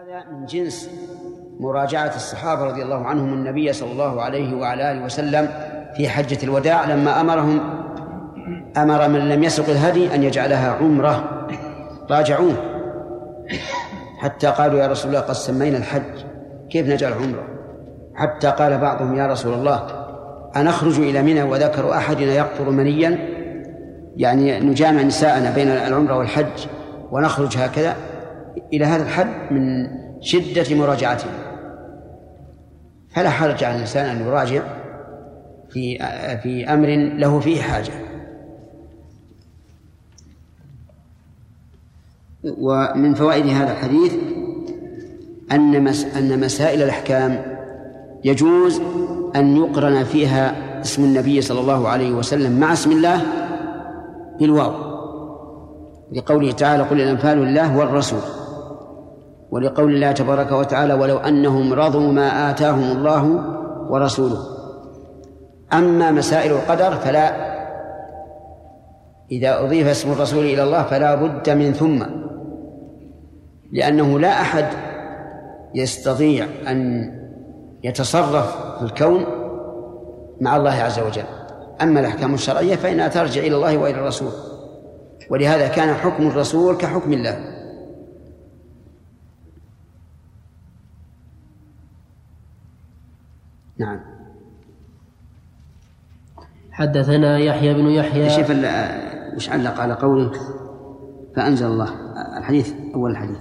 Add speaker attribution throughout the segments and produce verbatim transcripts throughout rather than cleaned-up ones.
Speaker 1: هذا من جنس مراجعة الصحابة رضي الله عنهم النبي صلى الله عليه وعلى آله وسلم في حجة الوداع لما أمرهم أمر من لم يسق الهدي أن يجعلها عمرة. راجعوه حتى قالوا يا رسول الله قد سمينا الحج كيف نجعل عمرة؟ حتى قال بعضهم يا رسول الله أنخرج إلى منى وذكر أحدنا يقطر منيا، يعني نجامع نساءنا بين العمرة والحج ونخرج هكذا إلى هذا الحد من شدة مراجعته. فلا حرج على الإنسان أن يراجع في في أمر له فيه حاجة. ومن فوائد هذا الحديث أن أن مسائل الأحكام يجوز أن يقرن فيها اسم النبي صلى الله عليه وسلم مع اسم الله بالواو، لقوله تعالى قل الأنفال لله والرسول، ولقول الله تبارك وتعالى ولو أنهم رضوا ما آتاهم الله ورسوله. أما مسائل القدر فلا، إذا أضيف اسم الرسول إلى الله فلا بد من ثم، لأنه لا أحد يستطيع أن يتصرف في الكون مع الله عز وجل. أما الأحكام الشرعية فإنها ترجع إلى الله وإلى الرسول، ولهذا كان حكم الرسول كحكم الله. نعم.
Speaker 2: حدثنا يحيى بن يحيى.
Speaker 1: شوف وش علق على قوله فأنزل الله الحديث أول الحديث.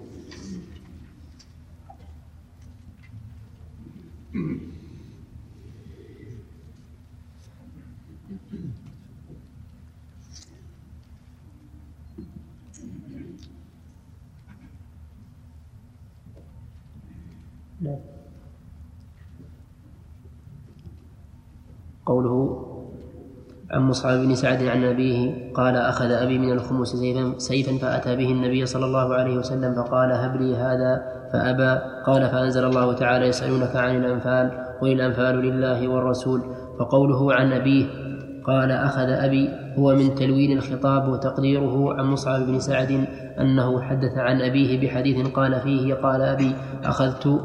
Speaker 2: قوله عن مصعب بن سعد عن أبيه قال أخذ أبي من الخمس سيفا فأتى به النبي صلى الله عليه وسلم فقال هب لي هذا فأبى. قال فأنزل الله تعالى يسألونك عن الأنفال قل الأنفال لله والرسول. فقوله عن أبيه قال أخذ أبي هو من تلوين الخطاب، وتقديره عن مصعب بن سعد أنه حدث عن أبيه بحديث قال فيه قال أبي أخذت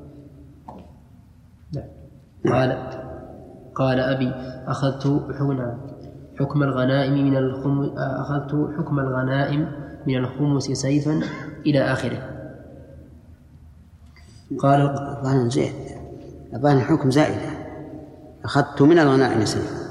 Speaker 2: قال قال أبي أخذت حكم الغنائم من الخمس أخذت حكم الغنائم من الخمس سيفا إلى آخره.
Speaker 1: قال الظاهر زيد، الظاهر الحكم زائدة، أخذت من الغنائم سيفا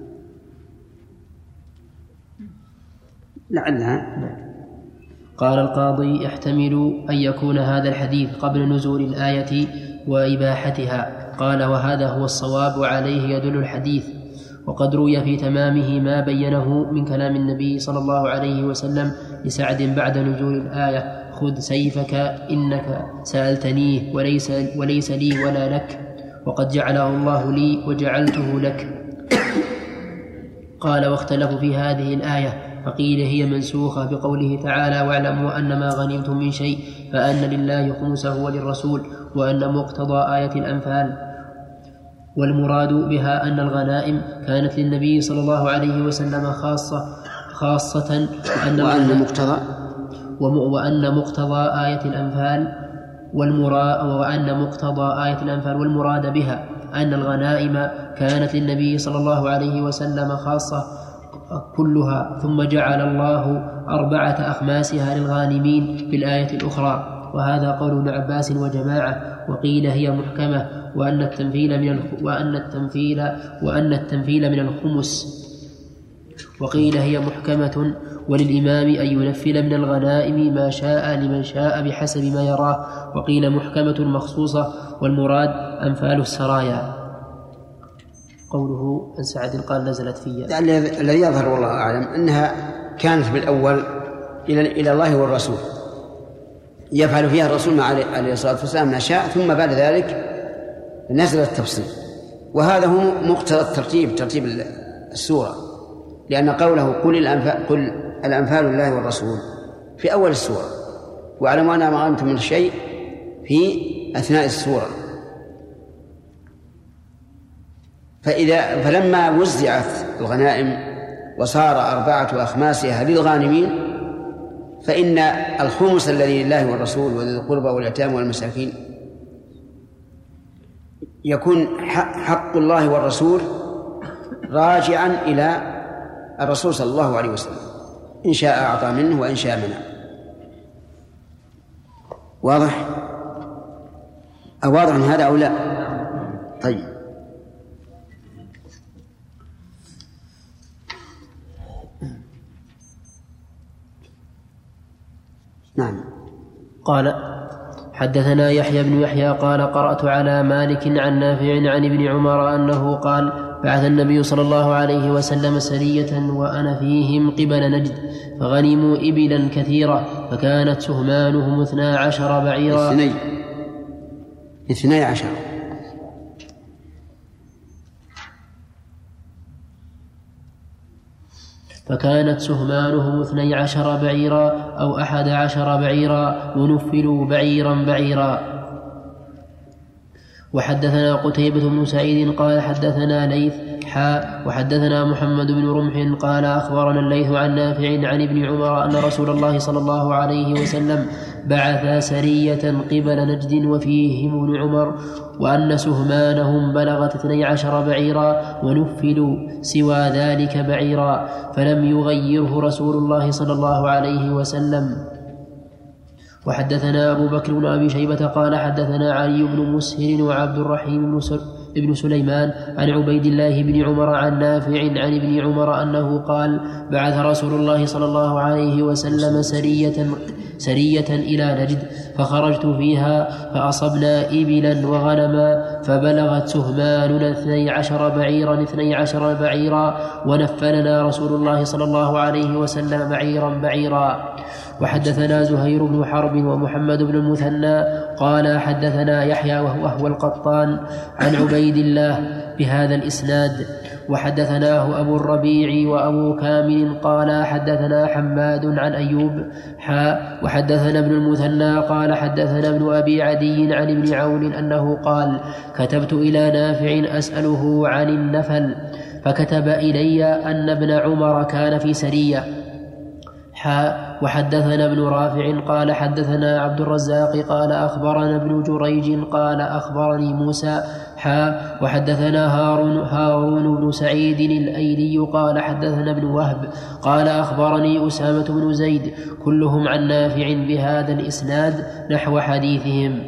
Speaker 1: لعلها.
Speaker 2: قال القاضي يحتمل أن يكون هذا الحديث قبل نزول الآية وإباحتها. قال وهذا هو الصواب وعليه يدل الحديث. وقد روي في تمامه ما بينه من كلام النبي صلى الله عليه وسلم لسعد بعد نزول الآية خذ سيفك إنك سألتنيه وليس, وليس لي ولا لك، وقد جعله الله لي وجعلته لك. قال واختلفوا في هذه الآية فقيل هي منسوخة بقوله تعالى واعلموا أن ما غنمتم من شيء فأن لله خمسه وللرسول، وأن مقتضى آية الأنفال. والمراد بها أن الغنائم كانت للنبي صلى الله عليه وسلم خاصة خاصة
Speaker 1: وأن, وأن مقتضى
Speaker 2: وأن مقتضى آية الأنفال والمراد وأن مقتضى آية الأنفال والمراد بها أن الغنائم كانت للنبي صلى الله عليه وسلم خاصة كلها، ثم جعل الله أربعة أخماسها للغانمين في الآية الأخرى. وهذا قول ابن عباس وجماعة. وقيل هي محكمة وأن التنفيل من الخ... وأن التنفيل وأن التنفيل من الخمس. وقيل هي محكمة وللإمام أن ينفل من الغنائم ما شاء لمن شاء بحسب ما يراه. وقيل محكمة مخصوصة والمراد أنفال السرايا. قوله عن سعد قال نزلت فيها.
Speaker 1: الذي يظهر والله أعلم أنها كانت بالأول إلى إلى الله والرسول، يفعل فيها الرسول مع عليه الصلاة والسلام ما شاء، ثم بعد ذلك نزل التفصيل. وهذا هو مقتضى الترتيب، ترتيب السورة، لأن قوله قل الأنفال, قل الأنفال لله والرسول في أول السورة، واعلموا أن ما غنمتم من شيء في أثناء السورة. فإذا فلما وزعت الغنائم وصار أربعة أخماسها للغانمين فإن الخمس الذي لله والرسول وذي القربى واليتامى والمساكين يكون حق الله والرسول راجعا إلى الرسول صلى الله عليه وسلم، إن شاء أعطى منه وإن شاء منع. واضح؟ أو واضح من هذا أو لا؟ طيب. نعم.
Speaker 2: قال حدثنا يحيى بن يحيى قال قرأت على مالك عن نافع عن ابن عمر أنه قال بعث النبي صلى الله عليه وسلم سرية وأنا فيهم قبل نجد فغنموا إبلا كثيرة فكانت سهمانهم اثنا عشر بعيرا
Speaker 1: اثني اثني عشر
Speaker 2: فكانت سهمانهم اثني عشر بعيرا أو أحد عشر بعيرا ونفلوا بعيرا بعيرا. وحدثنا قتيبة بن سعيد قال حدثنا ليث حاء وحدثنا محمد بن رمح قال أخبرنا الليث عن نافع عن ابن عمر أن رسول الله صلى الله عليه وسلم بعث سرية قبل نجد وفيهم ابن عمر وأن سهمانهم بلغت اثني عشر بعيرا ونفلوا سوى ذلك بعيرا فلم يغيره رسول الله صلى الله عليه وسلم. وحدثنا أبو بكر بن أبي شيبة قال حدثنا علي بن مسهر وعبد الرحيم بن سليمان عن عبيد الله بن عمر عن نافع عن ابن عمر أنه قال بعث رسول الله صلى الله عليه وسلم سرية, سرية إلى نجد فخرجت فيها فأصبنا إبلا وغنما فبلغت سهماننا اثني عشر بعيرا اثني عشر بعيرا ونفلنا رسول الله صلى الله عليه وسلم بعيرا بعيرا. وحدثنا زهير بن حرب ومحمد بن المثنى قال حدثنا يحيى وهو القطان عن عبيد الله بهذا الإسناد. وحدثناه أبو الربيع وأبو كامل قال حدثنا حماد عن أيوب حاء وحدثنا ابن المثنى قال حدثنا ابن أبي عدي عن ابن عون أنه قال كتبت إلى نافع أسأله عن النفل فكتب إلي أن ابن عمر كان في سرية حاء وحدثنا ابن رافع قال حدثنا عبد الرزاق قال أخبرنا ابن جريج قال أخبرني موسى حاء وحدثنا هارون, هارون بن سعيد الأيلي قال حدثنا ابن وهب قال أخبرني أسامة بن زيد كلهم عن نافع بهذا الإسناد نحو حديثهم.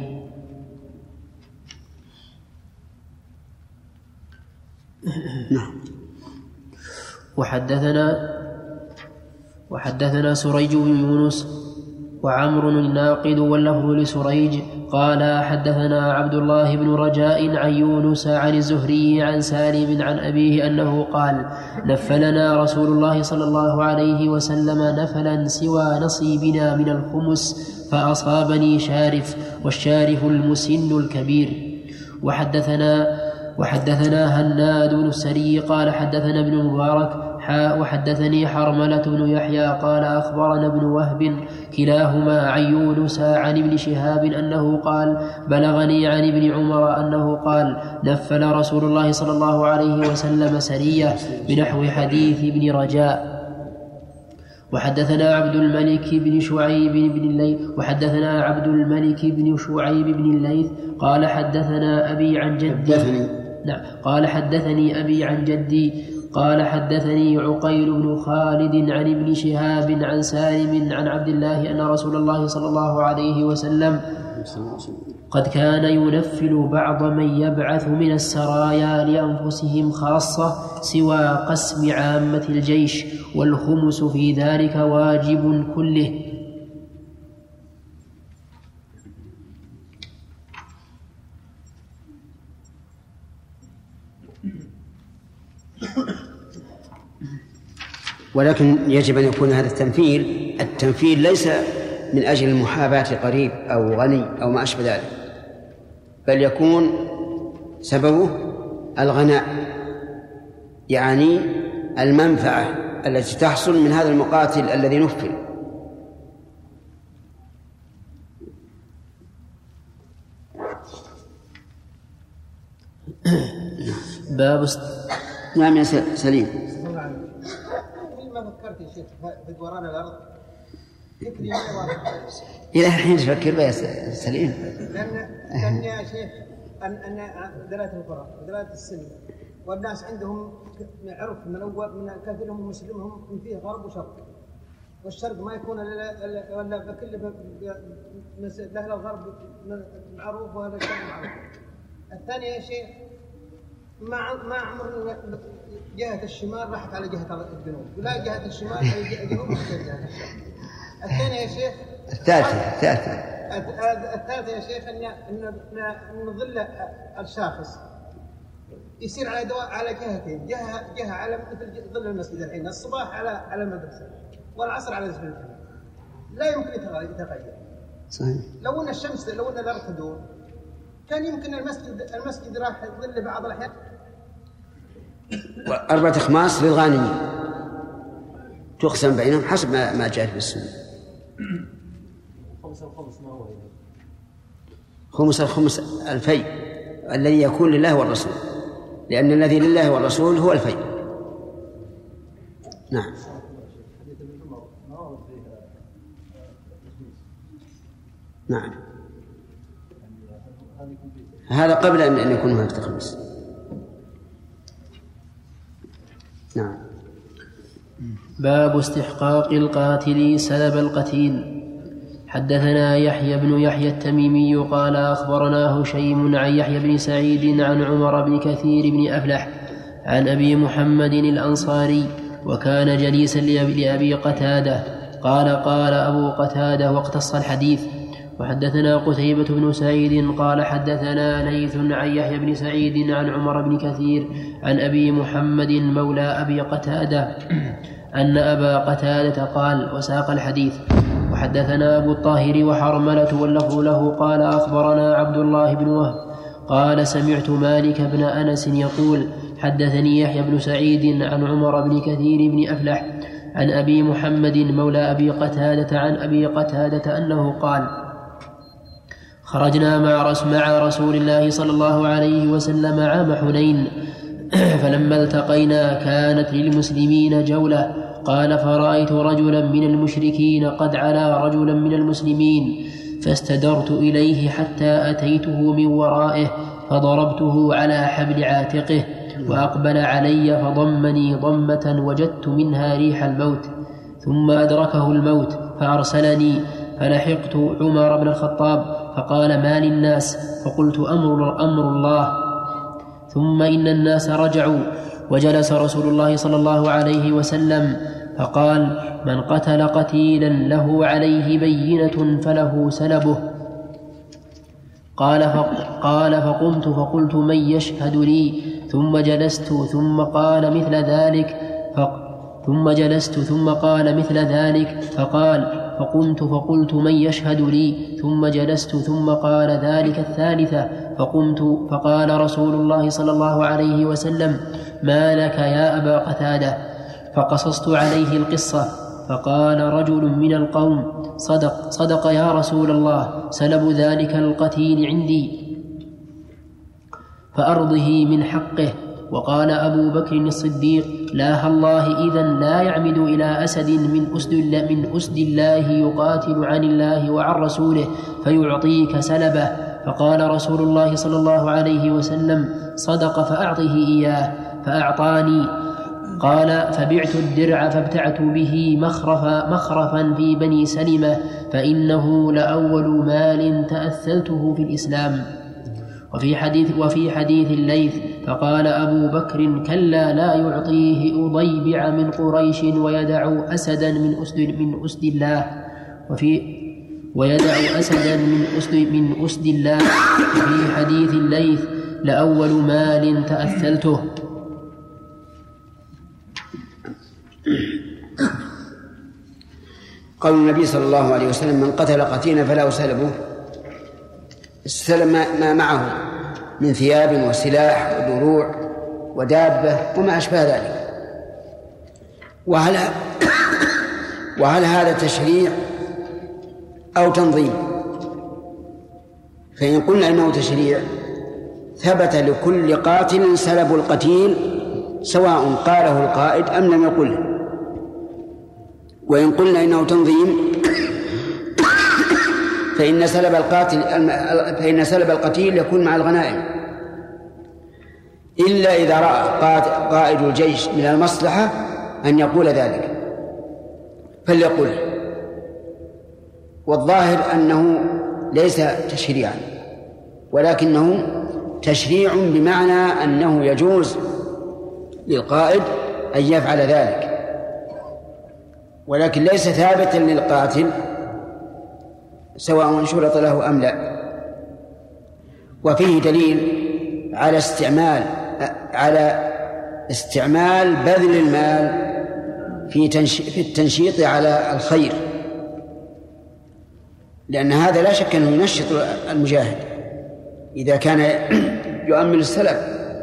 Speaker 2: وحدثنا وحدثنا سريج بن يونس وعمر الناقد واللفظ لسريج قال حدثنا عبد الله بن رجاء عن يونس عن الزهري عن سالم عن أبيه أنه قال نفلنا رسول الله صلى الله عليه وسلم نفلا سوى نصيبنا من الخمس فأصابني شارف والشارف المسن الكبير. وحدثنا وحدثنا هناد بن السري قال حدثنا ابن المبارك حاء وحدثني حرملة بن يحيى قال أخبرنا ابن وهب كلاهما عن يونس عن ابن شهاب أنه قال بلغني عن ابن عمر أنه قال نفل رسول الله صلى الله عليه وسلم سرية بنحو حديث ابن رجاء. وحدثنا عبد الملك بن شعيب بن الليث وحدثنا عبد الملك بن شعيب بن الليث قال حدثنا أبي عن جدي نعم قال حدثني أبي عن جدي قال حدثني عقيل بن خالد عن ابن شهاب عن سالم عن عبد الله أن رسول الله صلى الله عليه وسلم قد كان ينفل بعض من يبعث من السرايا لأنفسهم خاصة سوى قسم عامة الجيش والخمس في ذلك واجب كله.
Speaker 1: ولكن يجب أن يكون هذا التنفيل التنفيل ليس من أجل المحاباة قريب أو غني أو ما أشبه ذلك، بل يكون سببه الغناء، يعني المنفعة التي تحصل من هذا المقاتل الذي نفل.
Speaker 2: باب
Speaker 1: نعم يا سليم.
Speaker 3: ما ذكرت يا شيخ في دوران الأرض
Speaker 1: إلى الحين تفكر بها سليم.
Speaker 3: لأن لأن يا شيخ أن أن دلالة القرى ودلالة السنة والناس عندهم عرف من أول من كثيرهم ومسلمهم من فيه غرب وشرق، والشرق ما يكون إلا بكل له الغرب معروف وهذا الشرق معروف. الثانية يا شيخ ما ما عمر جهة الشمال راحت على جهة الجنوب ولا جهة الشمال على جهة الجنوب. الثانية يا شيخ
Speaker 1: الثالثة الثالثة
Speaker 3: الثالثة يا شيخ أن أن ظل الشاخص يصير على دواء على جهتين، جهة جهة على مثل ظل المسجد الحين، الصباح على على المدرسة والعصر على زمن الجمعة، لا يمكن يتغير.
Speaker 1: صحيح.
Speaker 3: لو أن الشمس لو أن الأرض تدور كان يمكن المسجد المسجد راح يظل بعض الأحيان.
Speaker 1: أربعة أخماس للغانمين تقسم بينهم حسب ما ما جاء في السنة.
Speaker 4: خمس الخمس ما هو؟
Speaker 1: خمس الخمس الفيء الذي يكون لله والرسول، لأن الذي لله والرسول هو الفيء. نعم. نعم. هذا قبل أن يكون هناك تخميس. نعم.
Speaker 2: باب استحقاق القاتل سلب القتيل. حدثنا يحيى بن يحيى التميمي قال أخبرنا هشيم عن يحيى بن سعيد عن عمر بن كثير بن أفلح عن أبي محمد الأنصاري وكان جليسا لأبي قتادة قال قال أبو قتادة واقتص الحديث. وحدثنا قتيبة بن سعيد قال حدثنا ليث عن يحيى بن سعيد عن عمر بن كثير عن أبي محمد مولى أبي قتادة أن أبا قتادة قال وساق الحديث. وحدثنا أبو الطاهر وحرملة واللفظ له قال أخبرنا عبد الله بن وهب قال سمعت مالك بن أنس يقول حدثني يحيى بن سعيد عن عمر بن كثير بن أفلح عن أبي محمد مولى أبي قتادة عن أبي قتادة أنه قال خرجنا مع رسول الله صلى الله عليه وسلم عام حنين فلما التقينا كانت للمسلمين جولة قال فرأيت رجلا من المشركين قد علا رجلا من المسلمين فاستدرت إليه حتى أتيته من ورائه فضربته على حبل عاتقه وأقبل علي فضمني ضمة وجدت منها ريح الموت ثم أدركه الموت فأرسلني فلحقت عمر بن الخطاب فقال ما للناس فقلت أمر, أمر الله. ثم إن الناس رجعوا وجلس رسول الله صلى الله عليه وسلم فقال من قتل قتيلا له عليه بينة فله سلبه. قال, قال فقمت فقلت من يشهد لي ثم جلست ثم قال مثل ذلك ثم جلست ثم قال مثل ذلك فقال فقمت فقلت من يشهد لي ثم جلست ثم قال ذلك الثالثة فقمت فقال رسول الله صلى الله عليه وسلم ما لك يا أبا قتادة فقصصت عليه القصة فقال رجل من القوم صدق, صدق يا رسول الله سلب ذلك القتيل عندي فأرضه من حقه. وقال أبو بكر الصديق لا الله إذن لا يعمد إلى أسد من أسد, من أسد الله يقاتل عن الله وعن رسوله فيعطيك سلبه. فقال رسول الله صلى الله عليه وسلم صدق فأعطه إياه فأعطاني. قال فبعت الدرع فابتعت به مخرفا, مخرفا في بني سلمة فإنه لأول مال تأثلته في الإسلام. وفي حديث, وفي حديث الليث فقال أبو بكر كلا لا يعطيه أضيبع من قريش ويدع أسدا من أسد, من أسد الله وفي ويدع أسدا من أسد, من أسد الله. وفي حديث الليث لأول مال تأثلته.
Speaker 1: قول النبي صلى الله عليه وسلم من قتل قتيلا فله سلبه السلم ما معه من ثياب وسلاح ودروع ودابة وما أشبه ذلك. وهل, وهل هذا تشريع أو تنظيم؟ فإن قلنا إنه تشريع ثبت لكل قاتل سلب القتيل سواء قاله القائد أم لم يقله. وإن قلنا إنه تنظيم فإن سلب القاتل فإن سلب القتيل يكون مع الغنائم، إلا إذا رأى قائد الجيش من المصلحة أن يقول ذلك فليقل. والظاهر أنه ليس تشريعا، ولكنه تشريع بمعنى أنه يجوز للقائد أن يفعل ذلك، ولكن ليس ثابتا للقاتل سواء شرط له أم لا. وفيه دليل على استعمال على استعمال بذل المال في في التنشيط على الخير، لأن هذا لا شك أنه ينشط المجاهد إذا كان يؤمل السلف،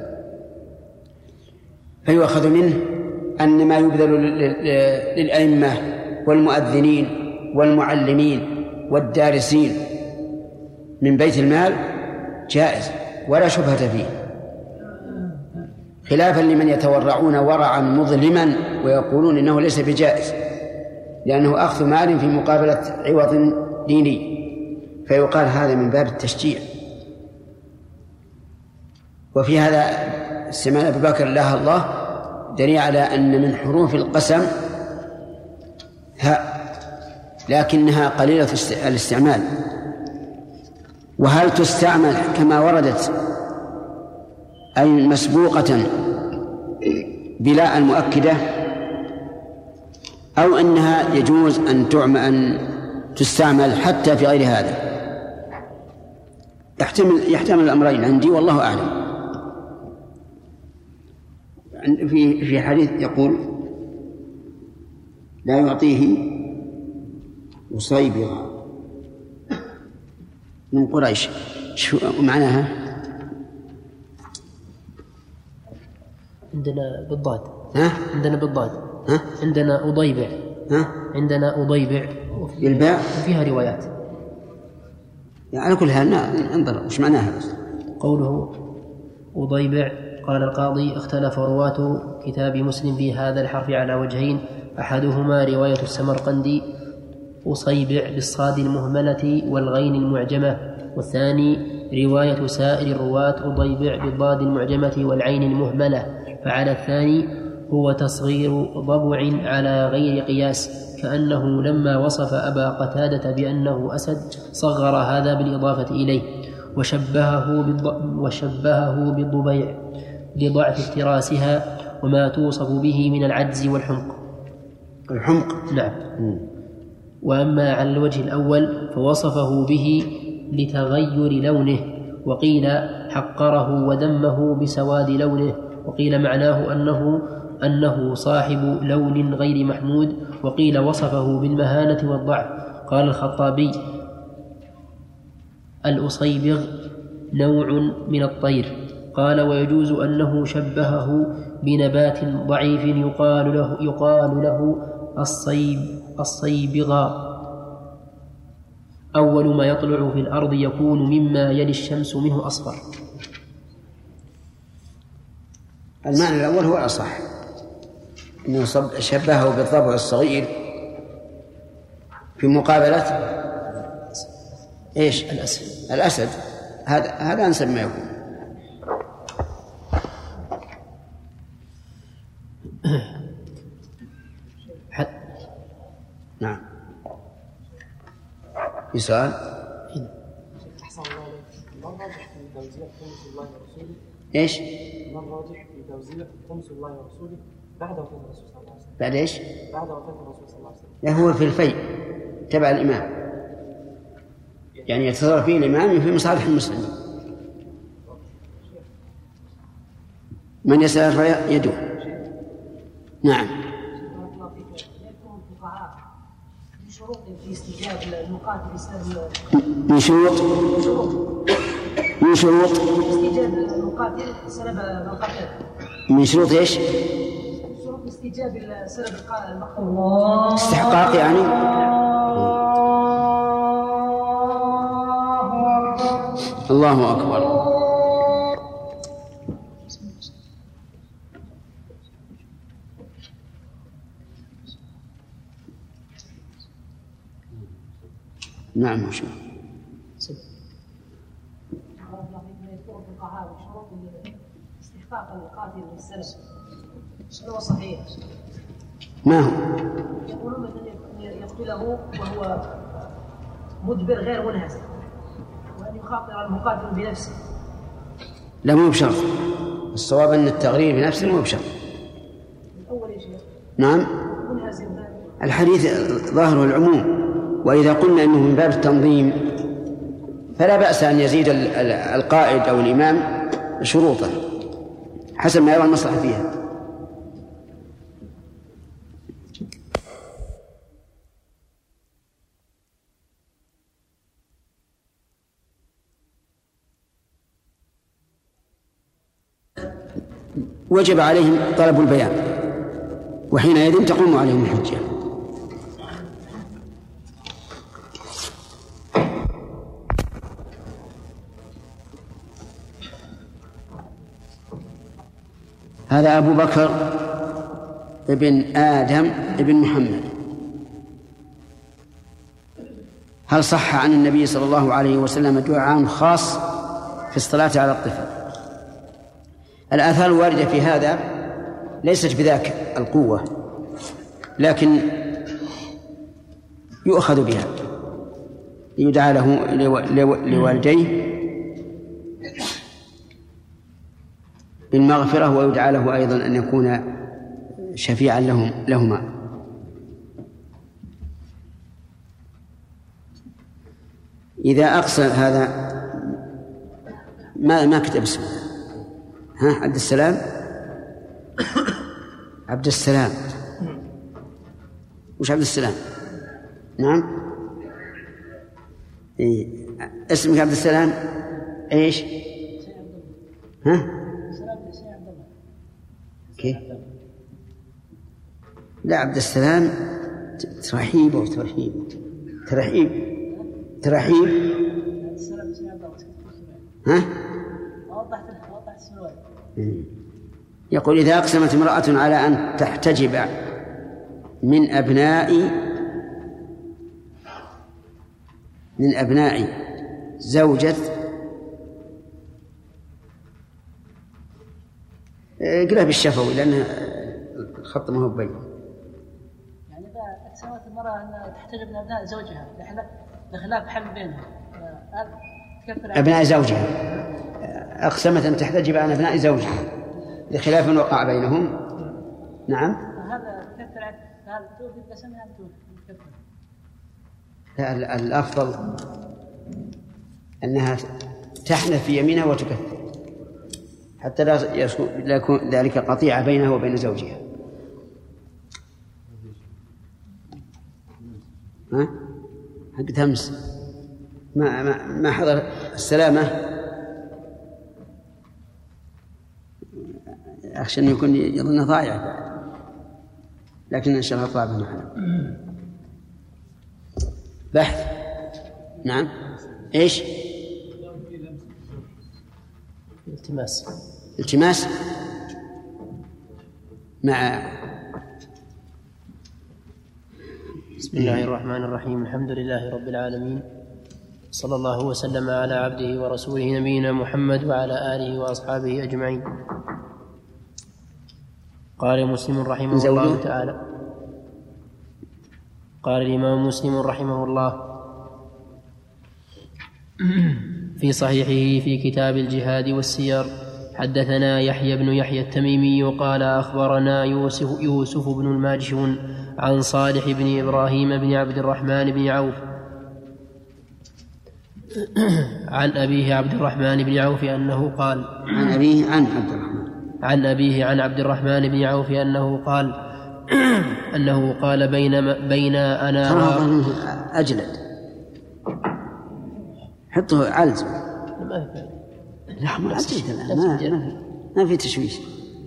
Speaker 1: فيؤخذ منه أن ما يبذل للأئمة والمؤذنين والمعلمين والدارسين من بيت المال جائز ولا شبهة فيه، خلافا لمن يتورعون ورعا مظلما ويقولون إنه ليس بجائز لأنه أخذ مال في مقابلة عوض ديني، فيقال هذا من باب التشجيع. وفي هذا سمعنا أبي بكر الله الله دليل على أن من حروف القسم هاء، لكنها قليلة الاستعمال. وهل تستعمل كما وردت أي مسبوقة بلا المؤكدة، أو أنها يجوز أن تعمل أن تستعمل حتى في غير هذا؟ يحتمل يحتمل الأمرين عندي والله أعلم. في في حديث يقول لا يعطيه أصيبغ من قريش، شو معناها؟
Speaker 2: عندنا بالضاد.
Speaker 1: ها؟
Speaker 2: عندنا بالضاد.
Speaker 1: ها؟
Speaker 2: عندنا أضيبع.
Speaker 1: ها؟
Speaker 2: عندنا أضيبع
Speaker 1: بالباء
Speaker 2: وفيها روايات.
Speaker 1: يعني على كل حال انظر وش معناها بس.
Speaker 2: قوله أضيبع قال القاضي اختلف رواة كتاب مسلم في هذا الحرف على وجهين، أحدهما رواية السمرقندي أصيبع بالصاد المهملة والغين المعجمة، والثاني رواية سائر الرواة أضيبع بالضاد المعجمة والعين المهملة. فعلى الثاني هو تصغير ضبع على غير قياس، كأنه لما وصف أبا قتادة بأنه أسد صغر هذا بالإضافة إليه وشبهه, وشبهه بالضبيع لضعف افتراسها وما توصف به من العجز والحمق.
Speaker 1: الحمق
Speaker 2: نعم. وأما على الوجه الأول فوصفه به لتغير لونه، وقيل حقره وذمه بسواد لونه، وقيل معناه أنه أنه صاحب لون غير محمود، وقيل وصفه بالمهانة والضعف. قال الخطابي الأصيبغ نوع من الطير. قال ويجوز أنه شبهه بنبات ضعيف يقال له, يقال له الصيب الصيبغا. أول ما يطلع في الأرض يكون مما يلي الشمس منه أصفر.
Speaker 1: المعنى الأول هو الأصح، أنه شبهه بالضبع الصغير في مقابلة إيش؟
Speaker 2: الأسد.
Speaker 1: الأسد هذا هذا أنسب ما يكون. نعم. في سؤال؟
Speaker 4: أحسن الله عليك، ما الراجح في توزيع خمس الله ورسوله؟
Speaker 1: إيش؟
Speaker 4: ما الراجح في توزيع خمس الله ورسوله بعد وفاة الرسول صلى الله عليه وسلم؟
Speaker 1: بعد إيش؟
Speaker 4: بعد وفاة الرسول صلى الله عليه وسلم.
Speaker 1: لا هو في الفيء تبع الإمام، يعني يتصرف فيه الإمام في مصالح المسلمين. من يسأل يده. نعم.
Speaker 5: في استجاب المقاتل بسبب
Speaker 1: من شروط من شروط
Speaker 5: استجاب المقاتل سلب القتل.
Speaker 1: من شروط ايش؟
Speaker 5: شروط استجاب سلب المقتول
Speaker 1: استحقاق يعني. الله أكبر. نعم.
Speaker 5: يذكر الفقهاء بشروط استحقاق القاتل للسلب، هل هو صحيح؟
Speaker 1: ما هو؟
Speaker 5: يقولون مثلا يقتله وهو مدبر غير منهزم، وأن يخاطر المقاتل بنفسه.
Speaker 1: لا، مو بشرط. الصواب أن التغرير بنفسه مو بشرط.
Speaker 5: الأول يا شيخ.
Speaker 1: نعم.
Speaker 5: منهزم.
Speaker 1: الحديث ظاهره العموم، وإذا قلنا أنه من باب التنظيم فلا بأس أن يزيد القائد أو الإمام شروطه حسب ما يرى المصلحة فيها. وجب عليهم طلب البيان، وحينئذ تقوم عليهم الحجة. هذا أبو بكر ابن آدم ابن محمد. هل صح عن النبي صلى الله عليه وسلم دعاء خاص في الصلاة على الطفل؟ الآثار الواردة في هذا ليست بذاك القوة، لكن يؤخذ بها يدعى له لوالديه بالمغفرة، ويدعى له أيضا أن يكون شفيعا لهم لهما. إذا أقصى هذا ما ما كتب اسمه. ها، عبد السلام عبد السلام وش عبد السلام؟ نعم. إيه. اسمك عبد السلام ايش؟ ها؟ كيف؟ لا، عبد السلام ترحيب وترحيب ترحيب ترحيب ها؟ يقول: إذا أقسمت امرأة على أن تحتجب من أبناء من أبناء زوجة، اقرأ بالشفوي لأن الخط ما هو بين.
Speaker 5: يعني إذا أقسمت المرأة أن تحتجب من أبناء زوجها لخلاف حمل بينهم،
Speaker 1: أبناء زوجها أقسمت أن تحتجب عن أبناء زوجها لخلاف وقع بينهم. نعم.
Speaker 5: هذا كفر عن هذا توفي بسمها أم توفي؟
Speaker 1: لا، الأفضل أنها تحنث في يمينها وتكفر حتى لا يكون ذلك قطيعة بينها وبين زوجها. ها؟ حق تمس ما ما ما حضر السلامة، أخشى أن يكون يظن ضائع، لكن إن شاء الله طلع معنا بحث. نعم. إيش؟
Speaker 2: التماس.
Speaker 1: التماس مع.
Speaker 2: بسم الله الرحمن الرحيم. الحمد لله رب العالمين، صلى الله وسلم على عبده ورسوله نبينا محمد وعلى آله وأصحابه أجمعين. قال مسلم رحمه الله تعالى قال الإمام مسلم رحمه الله في صحيحه في كتاب الجهاد والسير: حدثنا يحيى بن يحيى التميمي قال أخبرنا يوسف, يوسف بن الماجشون عن صالح بن إبراهيم بن عبد الرحمن بن عوف عن أبيه عبد الرحمن بن عوف أنه قال
Speaker 1: عن أبيه عن عبد الرحمن
Speaker 2: عن أبيه عن عبد الرحمن بن عوف أنه قال أنه قال بين بين أنا
Speaker 1: أجلد حطه علز لا ما ما ما في تشويش.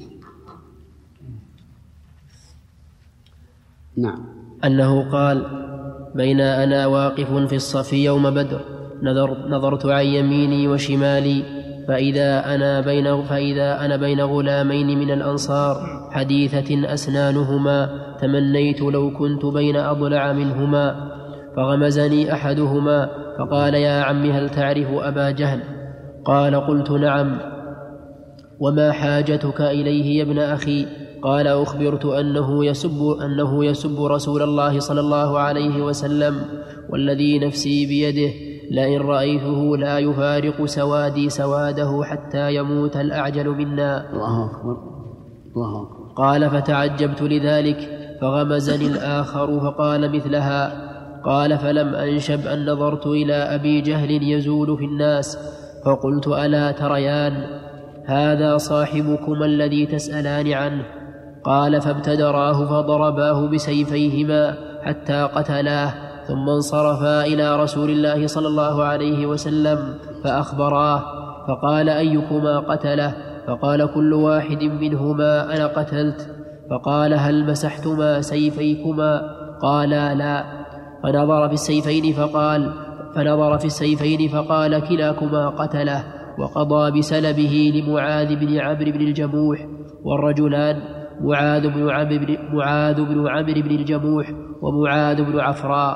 Speaker 1: نعم.
Speaker 2: أنه قال: بين أنا واقف في الصف يوم بدر نظر نظرت عن يميني وشمالي فإذا أنا بين فإذا أنا بين غلامين من الأنصار حديثة أسنانهما تمنيت لو كنت بين أضلع منهما، فغمزني أحدهما فقال: يا عم هل تعرف أبا جهل؟ قال قلت نعم. وما حاجتك إليه يا ابن أخي؟ قال أخبرت أنه يسب, أنه يسب رسول الله صلى الله عليه وسلم والذي نفسي بيده لئن رأيته لا يفارق سوادي سواده حتى يموت الأعجل منا.
Speaker 1: الله أكبر الله أكبر.
Speaker 2: قال فتعجبت لذلك فغمزني الآخر فقال مثلها. قال فلم أنشب أن نظرت إلى أبي جهل يزول في الناس فقلت ألا تريان هذا صاحبكما الذي تسألان عنه؟ قال فابتدراه فضرباه بسيفيهما حتى قتلاه ثم انصرفا إلى رسول الله صلى الله عليه وسلم فأخبراه فقال أيكما قتله؟ فقال كل واحد منهما أنا قتلت. فقال هل مسحتما سيفيكما؟ قالا لا. فنظر في السيفين فقال فنظر في السيفين فقال كلاكما قتله وقضى بسلبه لمعاذ بن عمرو بن الجموح والرجلان معاذ بن عمرو معاذ بن عمرو بن الجموح ومعاذ بن عفراء.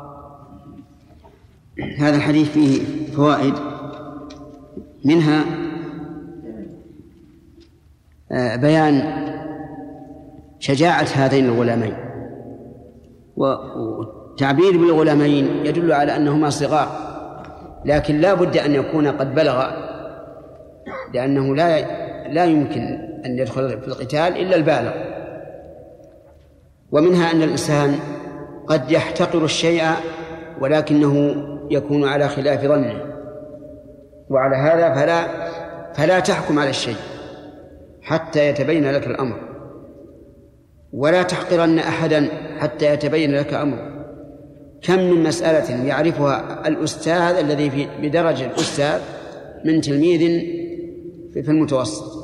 Speaker 1: هذا الحديث فيه فوائد، منها بيان شجاعة هذين الغلامين، وتعبير بالغلامين يدل على أنهما صغار، لكن لا بد أن يكون قد بلغ، لأنه لا لا يمكن أن يدخل في القتال إلا البالغ. ومنها أن الإنسان قد يحتقر الشيء ولكنه يكون على خلاف ظنه، وعلى هذا فلا فلا تحكم على الشيء حتى يتبين لك الأمر، ولا تحقرن أحدا حتى يتبين لك أمر. كم من مسألة يعرفها الأستاذ الذي بدرجة الأستاذ من تلميذ في المتوسط.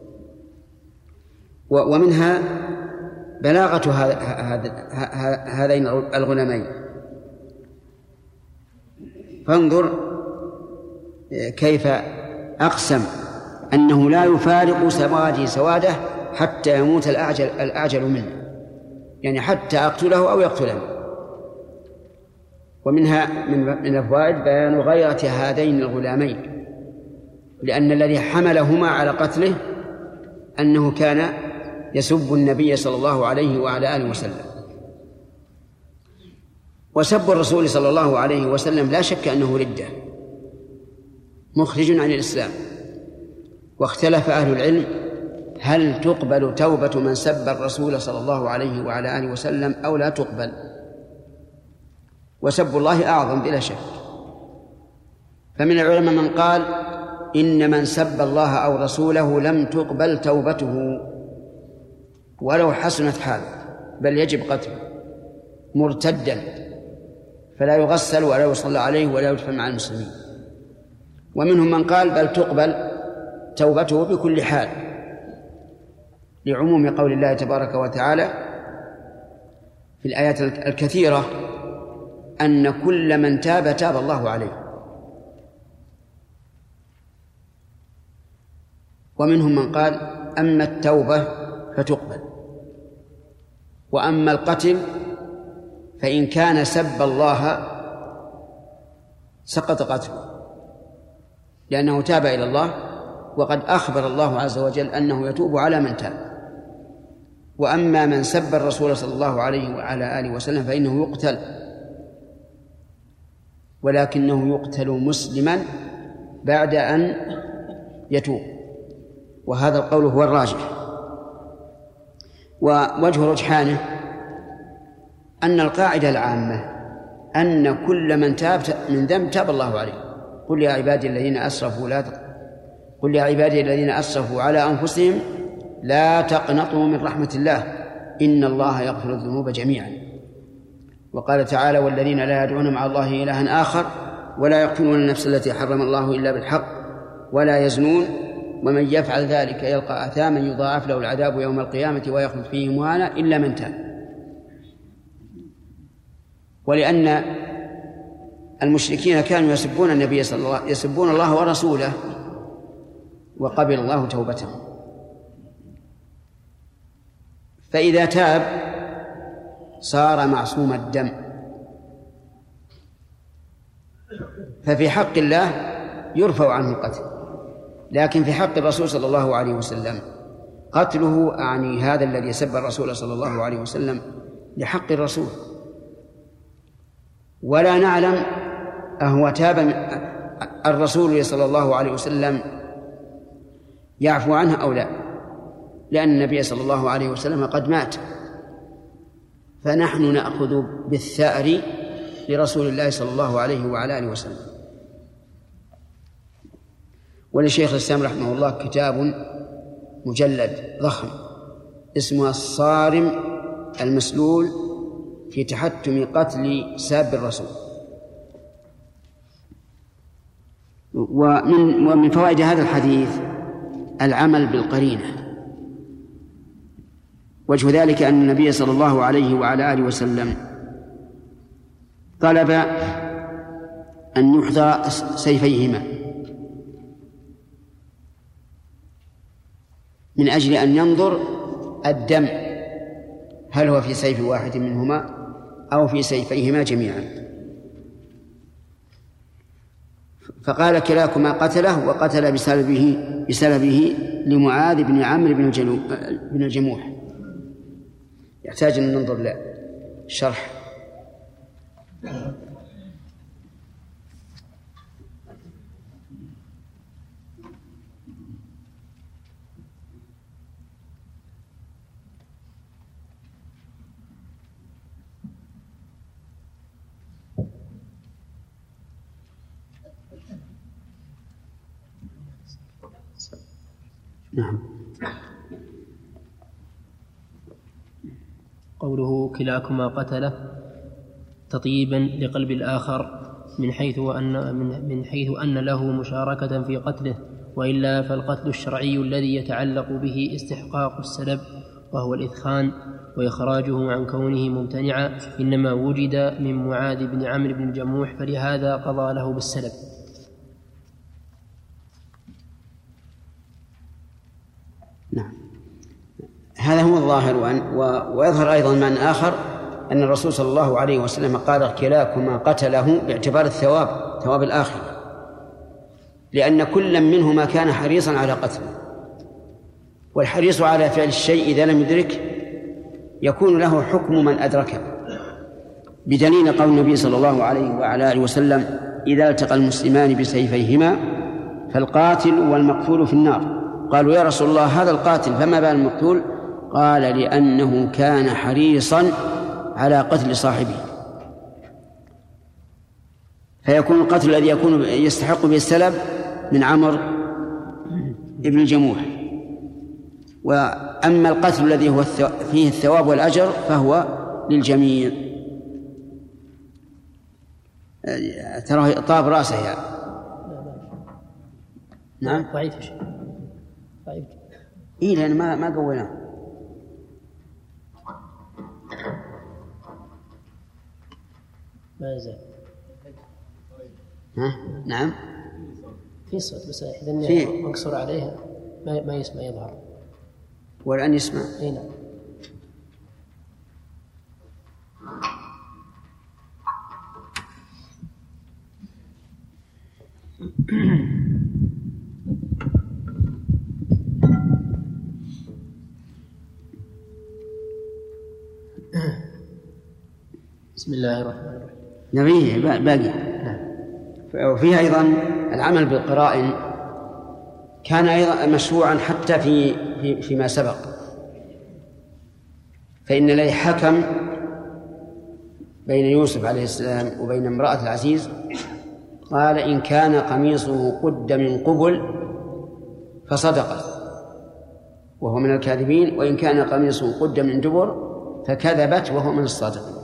Speaker 1: ومنها بلاغة هذين الغلامين. فانظر كيف أقسم أنه لا يفارق سوادي سواده حتى يموت الأعجل, الأعجل منه، يعني حتى أقتله أو يقتلني. ومنها من الفوائد بيان غيرة هذين الغلامين، لأن الذي حملهما على قتله أنه كان يسب النبي صلى الله عليه وعلى آله وسلم. وسب الرسول صلى الله عليه وسلم لا شك أنه ردة مخرج عن الإسلام. واختلف أهل العلم هل تقبل توبة من سب الرسول صلى الله عليه وعلى آله وسلم أو لا تقبل. وسب الله أعظم بلا شك، فمن العلماء من قال إن من سب الله أو رسوله لم تقبل توبته ولو حسنت حاله، بل يجب قتله مرتدا، فلا يغسل ولا يصلى عليه ولا يدفن مع المسلمين. ومنهم من قال بل تقبل توبته بكل حال، لعموم قول الله تبارك وتعالى في الآيات الكثيرة أن كل من تاب تاب الله عليه. ومنهم من قال أما التوبة فتقبل، وأما القتل فإن كان سب الله سقط قتله، لأنه تاب إلى الله، وقد أخبر الله عز وجل أنه يتوب على من تاب. وأما من سب الرسول صلى الله عليه وعلى آله وسلم فإنه يقتل، ولكنه يقتل مسلما بعد أن يتوب، وهذا القول هو الراجح. ووجه رجحانه أن القاعدة العامة أن كل من تاب من ذنب تاب الله عليه. قل يا عبادي الذين أسرفوا لا تق... قل يا عبادي الذين أسرفوا على أنفسهم لا تقنطوا من رحمة الله إن الله يغفر الذنوب جميعا. وقال تعالى والذين لا يدعون مع الله إلها آخر ولا يقتلون النفس التي حرم الله إلا بالحق ولا يزنون ومن يفعل ذلك يلقى أثاما يضاعف له العذاب يوم القيامة ويخلد فيه مهانا إلا من تاب. ولأن المشركين كانوا يسبون النبي صلى الله عليه وسلم، يسبون الله ورسوله، وقبل الله توبتهم. فإذا تاب صار معصوم الدم، ففي حق الله يرفع عنه القتل. لكن في حق الرسول صلى الله عليه وسلم قتله أعني هذا الذي سب الرسول صلى الله عليه وسلم لحق الرسول، ولا نعلم أهو تاب الرسول صلى الله عليه وسلم يعفو عنه أو لا، لأن النبي صلى الله عليه وسلم قد مات، فنحن نأخذ بالثأر لرسول الله صلى الله عليه وعلى آله وسلم. ولشيخ الإسلام رحمه الله كتاب مجلد ضخم اسمه الصارم المسلول في تحتم قتل ساب الرسول. ومن ومن فوائد هذا الحديث العمل بالقرينة. وجه ذلك أن النبي صلى الله عليه وعلى آله وسلم طلب أن يحضر سيفيهما من أجل أن ينظر الدم هل هو في سيف واحد منهما أو في سيفيهما جميعا. فقال كلاكما قتله وقتل بسلبه, بسلبه لمعاذ بن عمرو بن الجموح. يحتاج أن ننظر للشرح. نعم.
Speaker 2: قوله كلاكما قتله تطيبا لقلب الآخر من حيث أن من, من حيث أن له مشاركة في قتله، وإلا فالقتل الشرعي الذي يتعلق به استحقاق السلب وهو الإثخان وإخراجه عن كونه ممتنعا إنما وجد من معاذ بن عمرو بن الجموح، فلهذا قضى له بالسلب.
Speaker 1: نعم، هذا هو الظاهر. ويظهر أيضا معنى آخر أن الرسول صلى الله عليه وسلم قال كلاكما قتله باعتبار الثواب، ثواب الآخرة، لأن كل منهما كان حريصا على قتله، والحريص على فعل الشيء إذا لم يدرك يكون له حكم من أدركه، بدليل قول النبي صلى الله عليه وعلى آله وسلم إذا التقى المسلمان بسيفيهما فالقاتل والمقتول في النار. قالوا يا رسول الله هذا القاتل فما بال المقتول؟ قال لأنه كان حريصا على قتل صاحبه. فيكون القتل الذي يكون يستحق به السلب من عمرو ابن الجموح، وأما القتل الذي هو فيه الثواب والأجر فهو للجميع. ترى طاب رأسه يعني. نعم
Speaker 2: ضعيف شيء ضعيف.
Speaker 1: إيه لأن ما ما قويناه.
Speaker 2: ما يزال.
Speaker 1: ها نعم
Speaker 2: في صوت بس إذا مقصور عليها ما ما يسمع يظهر.
Speaker 1: والآن يسمع.
Speaker 2: إيه نعم. بسم الله الرحمن الرحيم.
Speaker 1: نبيه باقي. وفيها أيضا العمل بالقرائن كان أيضا مشروعا حتى في في فيما سبق، فإن الذي حكم بين يوسف عليه السلام وبين امرأة العزيز قال إن كان قميصه قد من قبل فصدقت وهو من الكاذبين، وإن كان قميصه قد من دبر فكذبت وهو من الصادقين.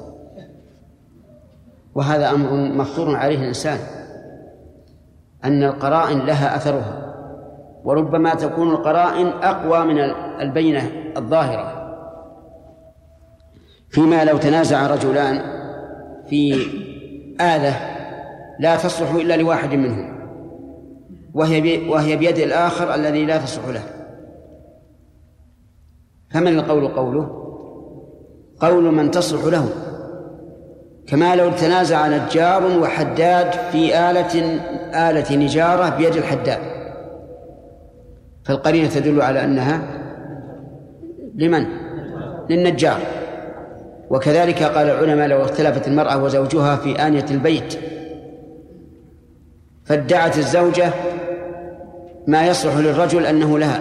Speaker 1: وهذا أمر مفطور عليه الإنسان، أن القرائن لها أثرها، وربما تكون القرائن أقوى من البينة الظاهرة. فيما لو تنازع رجلان في آلة لا تصلح إلا لواحد منهم وهي وهي بيد الآخر الذي لا تصلح له، فمن القول قوله؟ قول من تصلح له. كما لو تنازع نجار وحداد في آلة آلة نجارة بيد الحداد، فالقرينة تدل على أنها لمن؟ للنجار. وكذلك قال العلماء لو اختلفت المرأة وزوجها في آنية البيت فادعت الزوجة ما يصلح للرجل أنه لها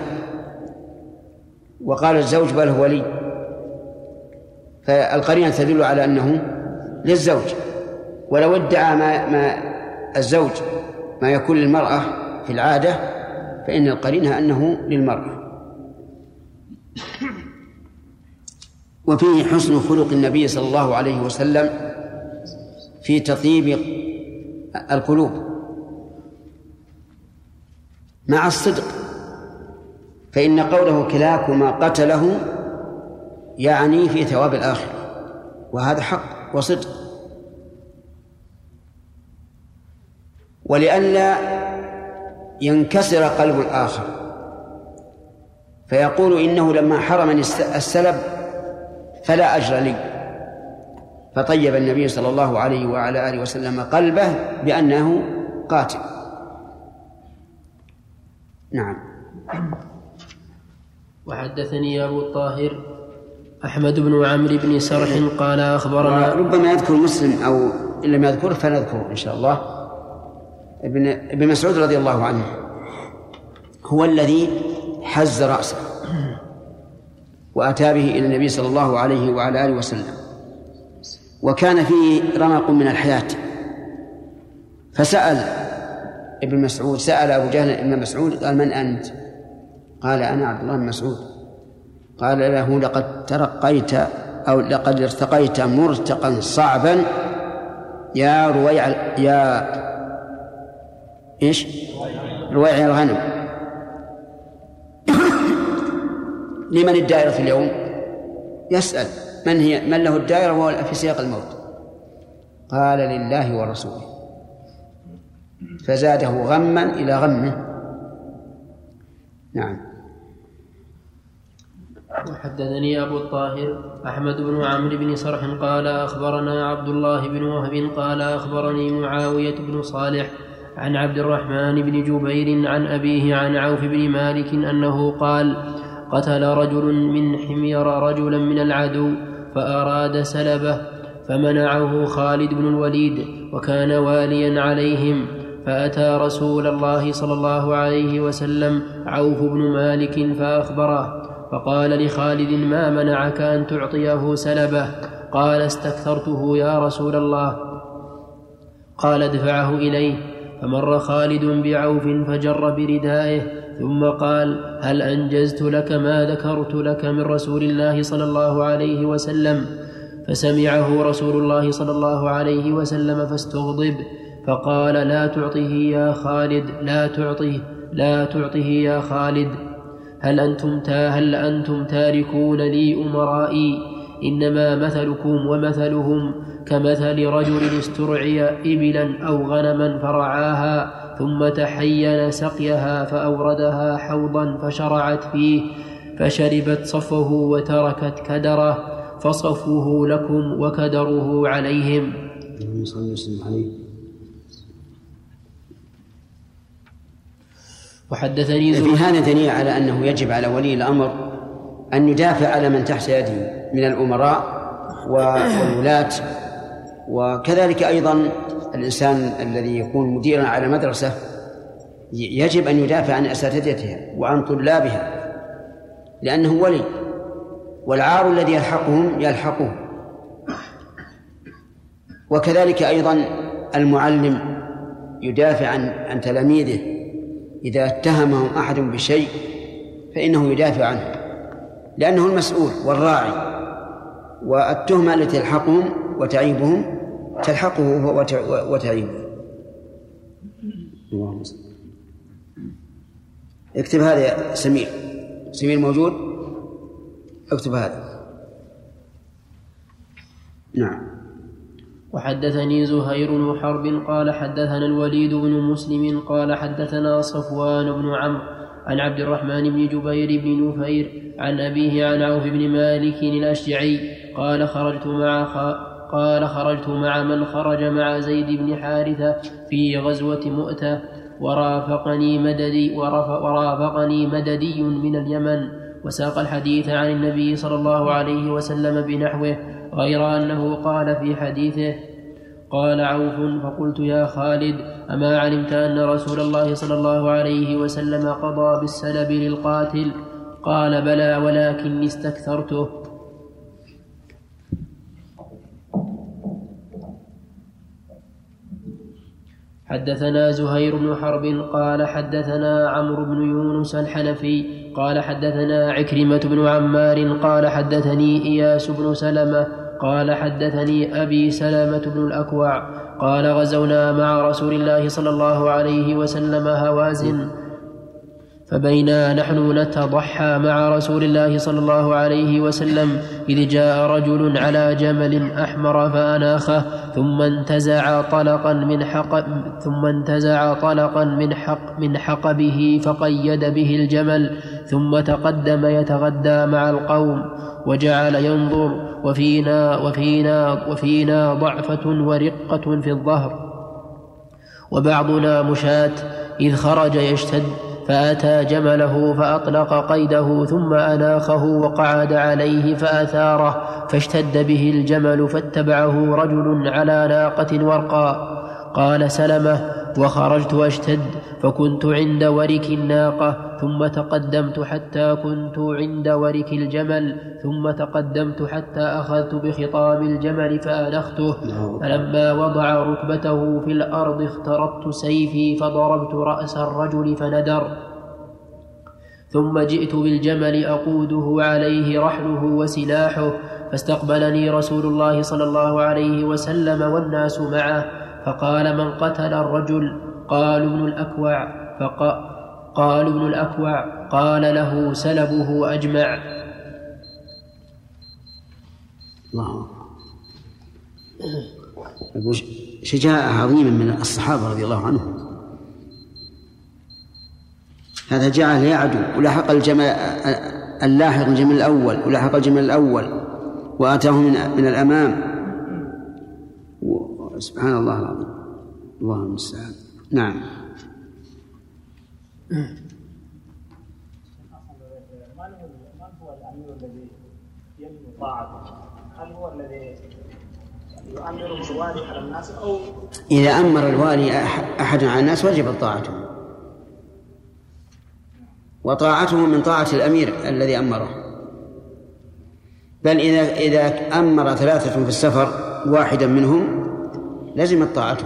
Speaker 1: وقال الزوج بل هو لي، فالقرينة تدل على أنه للزوج. ولو ادعى ما, ما الزوج ما يكون للمرأة في العادة فإن القرينة أنه للمرأة. وفيه حسن خلق النبي صلى الله عليه وسلم في تطيب القلوب مع الصدق، فإن قوله كلاكما قتله يعني في ثواب الآخرة، وهذا حق وصدق. ولئلا ينكسر قلب الآخر فيقول إنه لما حرمني السلب فلا أجر لي، فطيب النبي صلى الله عليه وعلى آله وسلم قلبه بأنه قاتل. نعم.
Speaker 2: وحدثني أبو الطاهر أحمد بن عمرو بن سرح قال أخبرنا،
Speaker 1: ربما يذكر مسلم أو إن لم يذكر فنذكر إن شاء الله. ابن ابن مسعود رضي الله عنه هو الذي حز رأسه وأتى به إلى النبي صلى الله عليه وعلى آله وسلم، وكان فيه رمق من الحياة، فسأل ابن مسعود سأل أبو جهل ابن مسعود قال من أنت؟ قال أنا عبد الله بن مسعود. قال له لقد ترقيت أو لقد ارتقيت مرتقا صعبا يا رويع يا إيش رويع الغنم. لمن الدائرة اليوم؟ يسأل من هي من له الدائرة وهو في سياق الموت. قال لله ورسوله، فزاده غما إلى غمه. نعم.
Speaker 2: وحدثني أبو الطاهر أحمد بن عمرو بن سرح قال أخبرنا عبد الله بن وهب قال أخبرني معاوية بن صالح عن عبد الرحمن بن جبير عن أبيه عن عوف بن مالك أنه قال قتل رجل من حمير رجلا من العدو فأراد سلبه فمنعه خالد بن الوليد وكان واليا عليهم، فأتى رسول الله صلى الله عليه وسلم عوف بن مالك فأخبره، فقال لخالد ما منعك أن تعطيه سلبه؟ قال استكثرته يا رسول الله. قال ادفعه إليه، فمر خالد بعوف فجر بردائه ثم قال هل أنجزت لك ما ذكرت لك من رسول الله صلى الله عليه وسلم؟ فسمعه رسول الله صلى الله عليه وسلم فاستغضب فقال لا تعطه يا خالد لا تعطه لا تعطه يا خالد هل أنتم, تا هل أنتم تاركون لي أمرائي؟ إنما مثلكم ومثلهم كمثل رجل استرعي إبلا أو غنما فرعاها ثم تحين سقيها فأوردها حوضا فشرعت فيه فشربت صفه وتركت كدره، فصفه لكم وكدره عليهم. وحدثني
Speaker 1: في هذا دليل على أنه يجب على ولي الأمر أن يدافع على من تحت يده من الأمراء والولاة، وكذلك أيضا الإنسان الذي يكون مديرا على مدرسة يجب أن يدافع عن أساتذتها وعن طلابها لأنه ولي، والعار الذي يلحقهم يلحقه. وكذلك أيضا المعلم يدافع عن, عن تلاميذه إذا اتهمهم أحد بشيء فإنه يدافع عنه لأنه المسؤول والراعي، والتهمة التي تلحقهم وتعيبهم تلحقه وتعيبه. اكتب هذا يا سمير. سمير موجود؟ اكتب هذا. نعم.
Speaker 2: وحدثني زهير بن حرب قال حدثنا الوليد بن مسلم قال حدثنا صفوان بن عمرو عن عبد الرحمن بن جبير بن نفير عن أبيه عن عوف بن مالك الأشجعي قال خرجت مع خ... قال خرجت مع من خرج مع زيد بن حارثة في غزوة مؤتة، ورافقني مددي, ورافقني مددي من اليمن. وساق الحديث عن النبي صلى الله عليه وسلم بنحوه، غير أنه قال في حديثه: قال عوف: فقلت يا خالد: أما علمت أن رسول الله صلى الله عليه وسلم قضى بالسلب للقاتل؟ قال: بلى، ولكني استكثرته. حدثنا زهير بن حرب قال حدثنا عمرو بن يونس الحنفي قال حدثنا عكرمة بن عمار قال حدثني إياس بن سلمة قال حدثني أبي سلمة بن الأكوع قال: غزونا مع رسول الله صلى الله عليه وسلم هوازن، فبينا نحن نتضحى مع رسول الله صلى الله عليه وسلم إذ جاء رجل على جمل أحمر فأناخه، ثم انتزع طلقا من حق ثم انتزع طلقا من حق من حقبه فقيد به الجمل، ثم تقدم يتغدى مع القوم وجعل ينظر، وفينا وفينا وفينا ضعفة ورقة في الظهر، وبعضنا مشاة، إذ خرج يشتد، فأتى جمله فأطلق قيده، ثم أناخه وقعد عليه فأثاره، فاشتد به الجمل، فاتبعه رجل على ناقة ورقاء. قال سلمة: وخرجت أشتد، فكنت عند ورك الناقة، ثم تقدمت حتى كنت عند ورك الجمل، ثم تقدمت حتى أخذت بخطام الجمل فأنخته، فلما وضع ركبته في الأرض اخترطت سيفي فضربت رأس الرجل فندر، ثم جئت بالجمل أقوده عليه رحله وسلاحه، فاستقبلني رسول الله صلى الله عليه وسلم والناس معه، فقال: من قتل الرجل؟ قالوا: ابن الأكوع. فقال ابن الأكوع: قال له: سلبه أجمع.
Speaker 1: الله أقول شجاعة عظيمة من الصحابة رضي الله عنهم. هذا جعل يعدو ولحق الجمل اللاحق الجمل الأول ولحق الجمل الأول وآتاه من, من الأمام. سبحان الله العظيم، الله المستعان. نعم.
Speaker 4: من هو الأمير الذي يجب طاعته؟ هل هو الذي يؤمر الوالي على الناس أو
Speaker 1: إذا أمر الوالي أحد على الناس وجب طاعته، وطاعته من طاعة الأمير الذي أمره. بل إذا إذا أمر ثلاثة في السفر واحدا منهم لزمت طاعته.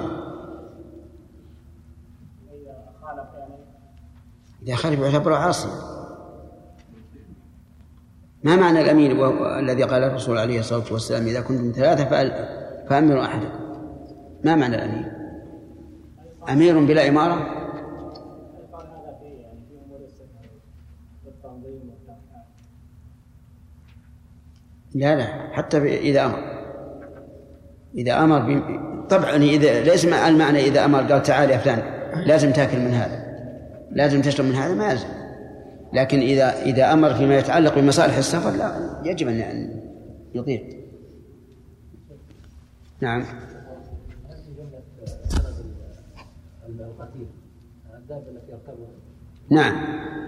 Speaker 1: إذا خالف يعتبر عاصي. ما معنى الأمير الذي قال الرسول عليه الصلاة والسلام: إذا كنتم ثلاثة فأمروا أحدا؟ ما معنى الأمير؟ أمير بلا إمارة؟ لا لا، حتى إذا أمر إذا أمر ب... طبعا إذا ليس المعنى إذا أمر قال: تعال يا فلان لازم تأكل من هذا، لازم تشرب من هذا، ما لازم. لكن إذا إذا أمر فيما يتعلق بمصالح السفر لا، يجب أن يطيع. نعم. نعم.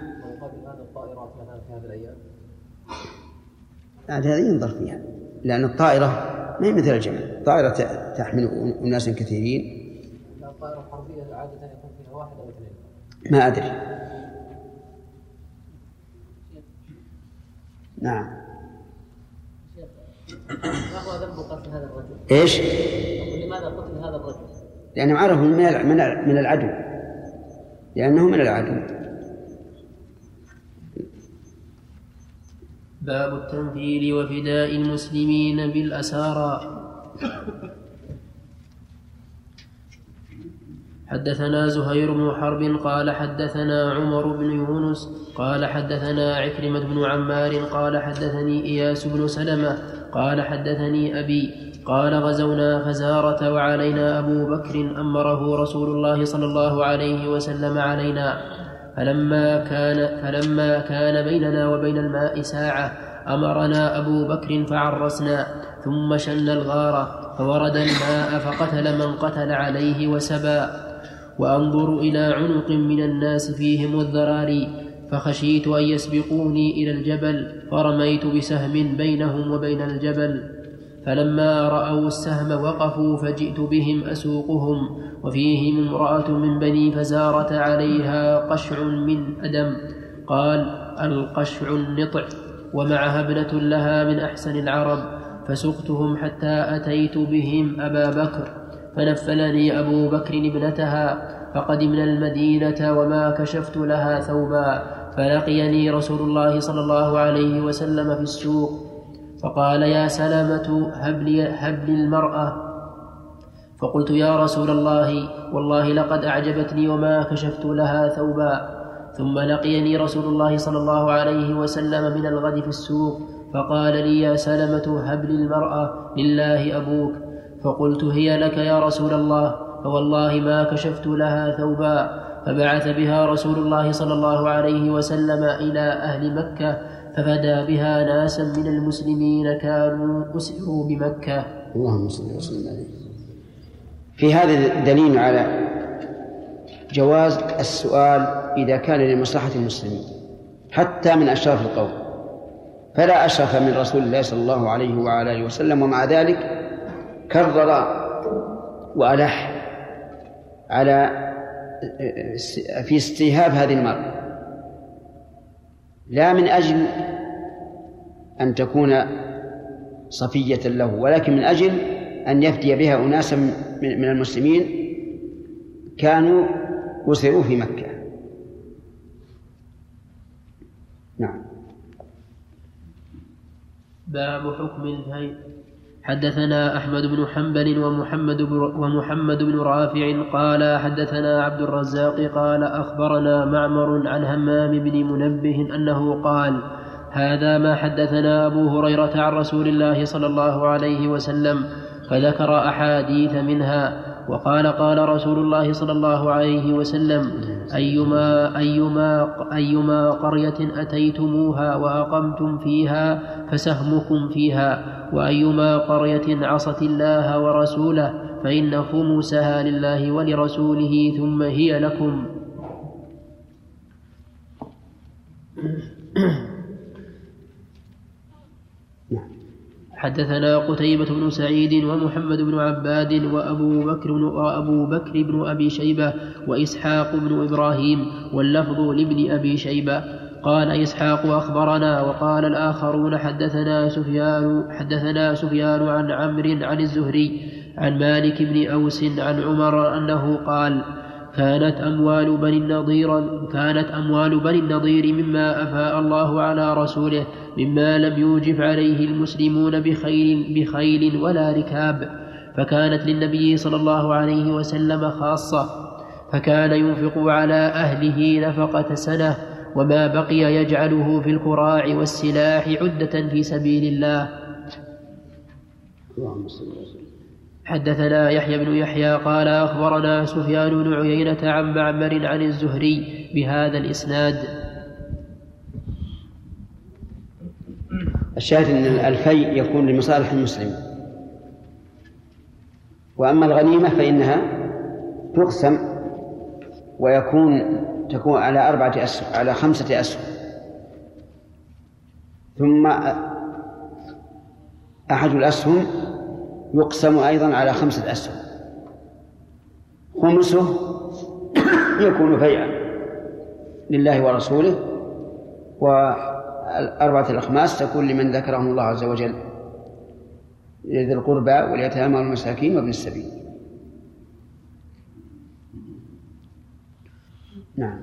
Speaker 1: هذا ينظر فيها، لأن الطائرة ما هي مثل الجمل. الطائرة تحمل أناس كثيرين.
Speaker 6: الطائرة الحربية عادة يكون فيها واحد أو اثنين.
Speaker 1: ما أدري. نعم.
Speaker 6: ما هو ذنب قتل هذا الرجل؟
Speaker 1: إيش؟
Speaker 6: لماذا قتل هذا الرجل؟
Speaker 1: لأنه عرف من من العدو، لأنه من العدو.
Speaker 2: باب التنفيذ وفداء المسلمين بالأسارى. حدثنا زهير بن حرب قال حدثنا عمر بن يونس قال حدثنا عكرمة بن عمار قال حدثني إياس بن سلمة قال حدثني أبي قال: غزونا فزارة وعلينا أبو بكر أمره رسول الله صلى الله عليه وسلم علينا، فلما كان, فلما كان بيننا وبين الماء ساعة أمرنا أبو بكر فعرسنا، ثم شن الغارة فورد الماء فقتل من قتل عليه وسبى. وأنظر إلى عنق من الناس فيهم الذراري، فخشيت أن يسبقوني إلى الجبل، فرميت بسهم بينهم وبين الجبل. فلما رأوا السهم وقفوا، فجئت بهم أسوقهم، وفيهم امرأة من بني فزارة عليها قشع من أدم. قال: القشع النطع، ومعها ابنة لها من أحسن العرب. فسقتهم حتى أتيت بهم أبا بكر، فنفلني أبو بكر ابنتها، فقدمنا المدينة وما كشفت لها ثوبا. فلقيني رسول الله صلى الله عليه وسلم في السوق، فقال: يا سلمة، هب لي, هب لي المرأة. فقلت: يا رسول الله، والله لقد أعجبتني وما كشفت لها ثوبا. ثم لقيني رسول الله صلى الله عليه وسلم من الغد في السوق، فقال لي: يا سلمة، هب لي المرأة، لله أبوك. فقلت: هي لك يا رسول الله، فوالله ما كشفت لها ثوبا. فبعث بها رسول الله صلى الله عليه وسلم إلى أهل مكة، ففدى بها ناسا من المسلمين كانوا أسروا بمكة.
Speaker 1: اللهم صل وسلم عليه. في هذا دليل على جواز السؤال إذا كان لمصلحة المسلمين حتى من أشراف القوم، فلا أشرف من رسول الله صلى الله عليه وعلى آله وسلم، ومع ذلك كرر وألح على في استيهاب هذه المرأة، لا من أجل أن تكون صفية له، ولكن من أجل أن يفدي بها أناسا من المسلمين كانوا أسروا في مكة. نعم.
Speaker 2: باب حكم الهيئ. حدثنا أحمد بن حنبل ومحمد ومحمد بن رافع قال حدثنا عبد الرزاق قال أخبرنا معمر عن همام بن منبه أنه قال: هذا ما حدثنا أبو هريرة عن رسول الله صلى الله عليه وسلم، فذكر أحاديث منها، وقال: قال رسول الله صلى الله عليه وسلم: أيما, أيما, أيما قرية أتيتموها وأقمتم فيها فسهمكم فيها، وأيما قرية عصت الله ورسوله فإن خمسها لله ولرسوله ثم هي لكم. حدثنا قتيبة بن سعيد ومحمد بن عباد وأبو بكر, وأبو بكر بن أبي شيبة وإسحاق بن إبراهيم، واللفظ لابن أبي شيبة. قال إسحاق: أخبرنا. وقال الآخرون: حدثنا سفيان, حدثنا سفيان عن عمرو عن الزهري عن مالك بن أوس عن عمر أنه قال: كانت أموال بني النضير كانت أموال بني النضير مما أفاء الله على رسوله، مما لم يوجف عليه المسلمون بخيل, بخيل ولا ركاب، فكانت للنبي صلى الله عليه وسلم خاصة، فكان ينفق على أهله نفقة سنة، وما بقي يجعله في الكراع والسلاح عدة في سبيل الله. حدثنا يحيى بن يحيى قال أخبرنا سفيان بن عيينة عن معمر عن الزهري بهذا الإسناد.
Speaker 1: الشاهد أن الفيء يكون لمصالح المسلم، وأما الغنيمة فإنها تقسم ويكون تكون على أربعة أسهم على خمسة أسهم، ثم أحد الأسهم يقسم أيضا على خمسة أسهم، خمسه يكون فيئا لله ورسوله، والأربعة الأخماس تكون لمن ذكرهم الله عز وجل، ذي القربى واليتامى والمساكين وابن السبيل. نعم.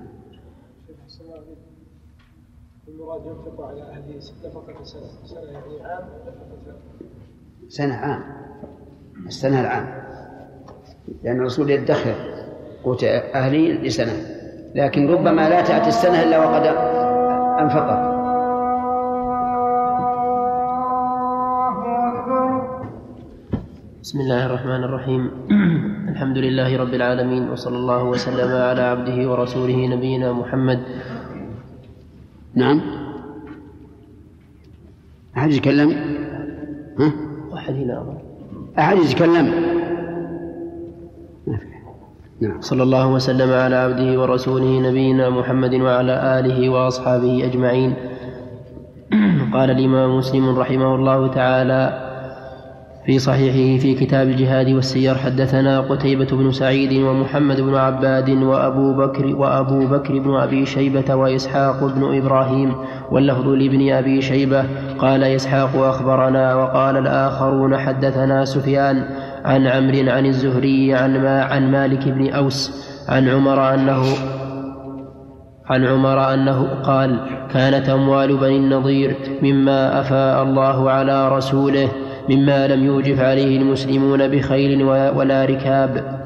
Speaker 3: المراد ينفق على أهله نفقة سنة، سنة يعني عام،
Speaker 1: سنة عام، السنة العام، لأن الرسول يدخر قوت أهلي لسنة، لكن ربما لا تأتي السنة إلا وقد أنفقه.
Speaker 2: بسم الله الرحمن الرحيم. الحمد لله رب العالمين، وصلى الله وسلم على عبده ورسوله نبينا محمد.
Speaker 1: نعم. أحد يتكلم؟ ها؟
Speaker 2: أحد هنا أحد
Speaker 1: يتكلم؟ نعم.
Speaker 2: صلى الله وسلم على عبده ورسوله نبينا محمد وعلى آله وأصحابه أجمعين. قال الإمام مسلم رحمه الله تعالى في صحيحه في كتاب الجهاد والسير: حدثنا قتيبة بن سعيد ومحمد بن عباد وأبو بكر, وأبو بكر بن أبي شيبة وإسحاق بن إبراهيم، واللفظ لابن أبي شيبة. قال إسحاق: أخبرنا. وقال الآخرون: حدثنا سفيان عن عمرو عن الزهري عن, ما عن مالك بن أوس عن عمر أنه عن عمر أنه قال: كانت أموال بني النضير مما أفاء الله على رسوله، مما لم يوجف عليه المسلمون بخيل ولا ركاب.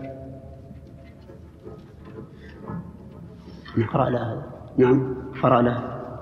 Speaker 2: قرأنا هذا.
Speaker 1: نعم
Speaker 2: قرأنا.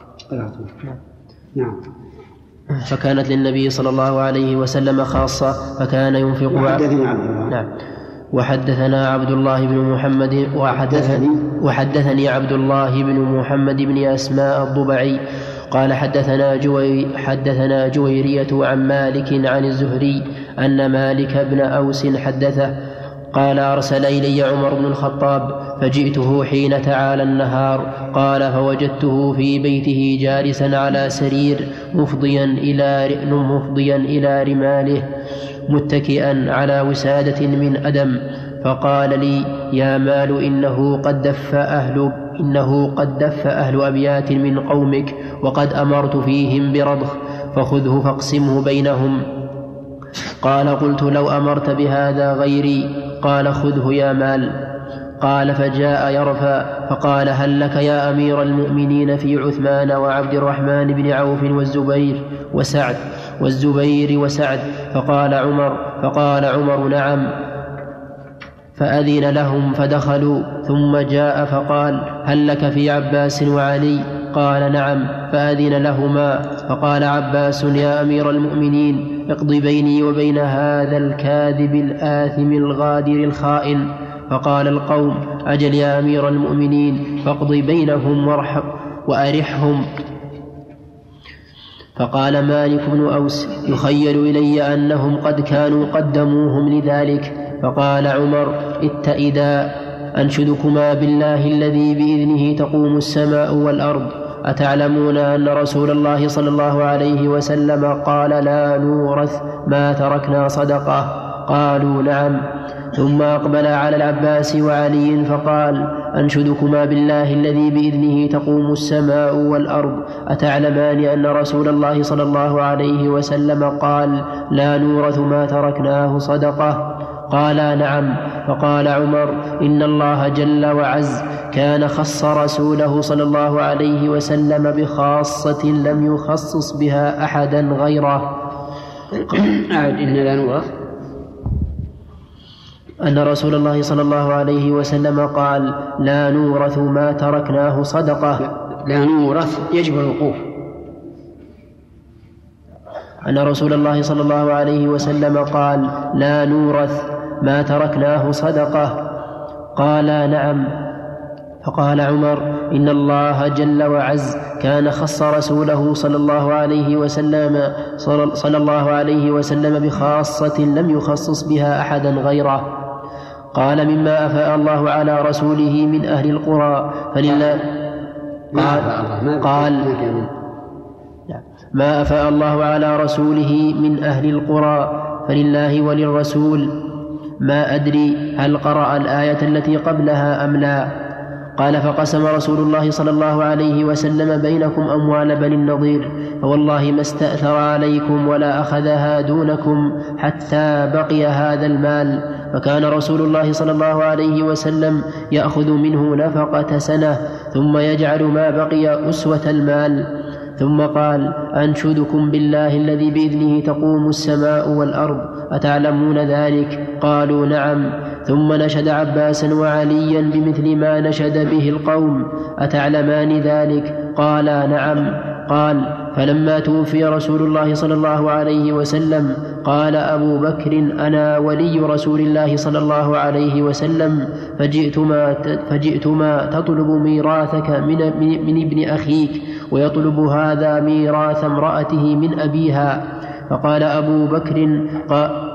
Speaker 1: نعم.
Speaker 2: فكانت للنبي صلى الله عليه وسلم خاصة، فكان ينفق.
Speaker 1: وحدثنا
Speaker 2: نعم. وحدثنا عبد الله بن محمد وحدثني, وحدثني عبد الله بن محمد بن أسماء الضبعي قال: حدثنا, جوي حدثنا جويرية عن مالك عن الزهري أن مالك بن أوس حدثه قال: أرسل إلي عمر بن الخطاب فجئته حين تعالى النهار. قال: فوجدته في بيته جالسا على سرير مفضيا إلى, مفضيا إلى رماله متكئا على وسادة من أدم. فقال لي: يا مال، إنه قد دف أهل إنه قد دف أهل أبيات من قومك، وقد أمرت فيهم برضخ، فخذه فاقسمه بينهم. قال: قلت: لو أمرت بهذا غيري. قال: خذه يا مال. قال: فجاء يرفع فقال: هل لك يا أمير المؤمنين في عثمان وعبد الرحمن بن عوف والزبير وسعد والزبير وسعد؟ فقال عمر فقال عمر: نعم. فأذن لهم فدخلوا، ثم جاء فقال: هل لك في عباس وعلي؟ قال: نعم. فأذن لهما، فقال عباس: يا أمير المؤمنين، اقض بيني وبين هذا الكاذب الآثم الغادر الخائن. فقال القوم: أجل يا أمير المؤمنين، فاقض بينهم وارحم وأرحهم. فقال مالك بن أوس: يخيل إلي أنهم قد كانوا قدموهم لذلك. فقال عمر: اتئدا، أنشدكما بالله الذي بإذنه تقوم السماء والأرض، أتعلمون أن رسول الله صلى الله عليه وسلم قال: لا نورث ما تركنا صدقة؟ قالوا: نعم. ثم أقبل على العباس وعلي فقال: أنشدكما بالله الذي بإذنه تقوم السماء والأرض، أتعلمان أن رسول الله صلى الله عليه وسلم قال: لا نورث ما تركناه صدقة؟ قالا: نعم. فقال عمر: إن الله جل وعز كان خص رسوله صلى الله عليه وسلم بخاصة لم يخصص بها أحدا غيره.
Speaker 1: إن لا نورث
Speaker 2: أن رسول الله صلى الله عليه وسلم قال: لا نورث ما تركناه صدقة.
Speaker 1: لا نورث يجب الوقوف.
Speaker 2: أن رسول الله صلى الله عليه وسلم قال: لا نورث ما تركناه صدقة. قال: نعم. فقال عمر: إن الله جل وعز كان خص رسوله صلى الله عليه وسلم صلى الله عليه وسلم بخاصة لم يخصص بها أحدا غيره. قال: مما أفاء الله على رسوله من أهل القرى فلله. قال, قال ما أفاء الله على رسوله من أهل القرى فلله وللرسول. ما أدري هل قرأ الآية التي قبلها أم لا. قال: فقسم رسول الله صلى الله عليه وسلم بينكم أموال بني النضير، فوالله ما استأثر عليكم ولا أخذها دونكم حتى بقي هذا المال. فكان رسول الله صلى الله عليه وسلم يأخذ منه نفقة سنة، ثم يجعل ما بقي أسوة المال. ثم قال: أنشدكم بالله الذي بإذنه تقوم السماء والأرض، أتعلمون ذلك؟ قالوا: نعم. ثم نشد عباسا وعليا بمثل ما نشد به القوم، أتعلمان ذلك؟ قالا: نعم. قال: فلما توفي رسول الله صلى الله عليه وسلم قال أبو بكر: أنا ولي رسول الله صلى الله عليه وسلم، فجئتما, فجئتما تطلب ميراثك من, من, من ابن أخيك، ويطلب هذا ميراث امرأته من أبيها. فقال أبو بكر قال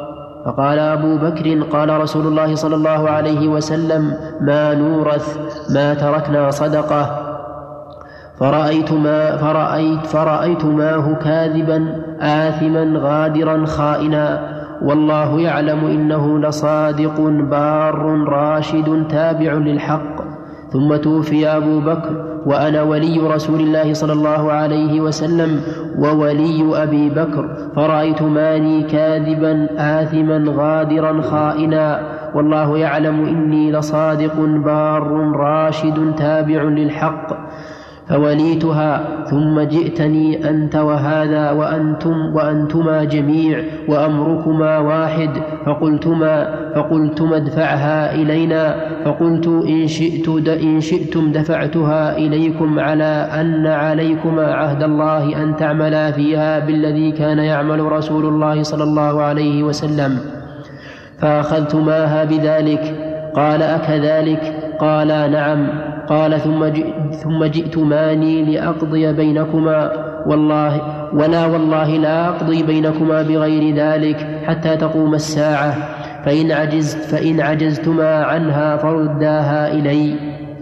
Speaker 2: فقال أبو بكر قال رسول الله صلى الله عليه وسلم ما نورث ما تركنا صدقة. فرأيت, ما فرأيت, فرأيت ماه كاذبا آثما غادرا خائنا، والله يعلم إنه لصادق بار راشد تابع للحق. ثم توفي أبو بكر وأنا ولي رسول الله صلى الله عليه وسلم وولي أبي بكر، فرأيت مالي كاذبا آثما غادرا خائنا، والله يعلم إني لصادق بار راشد تابع للحق. فوليتها، ثم جئتني أنت وهذا وأنتم وأنتما جميع وأمركما واحد، فقلتما فقلتما ادفعها إلينا، فقلت إن, شئت إن شئتم دفعتها إليكم على أن عليكما عهد الله أن تعملا فيها بالذي كان يعمل رسول الله صلى الله عليه وسلم. فأخذتماها بذلك. قال أكذلك؟ قال نعم. قال ثم ثم جئتماني لأقضي بينكما، والله ولا والله لا أقضي بينكما بغير ذلك حتى تقوم الساعة، فإن عجزت فإن عجزتما عنها فرداها إلي.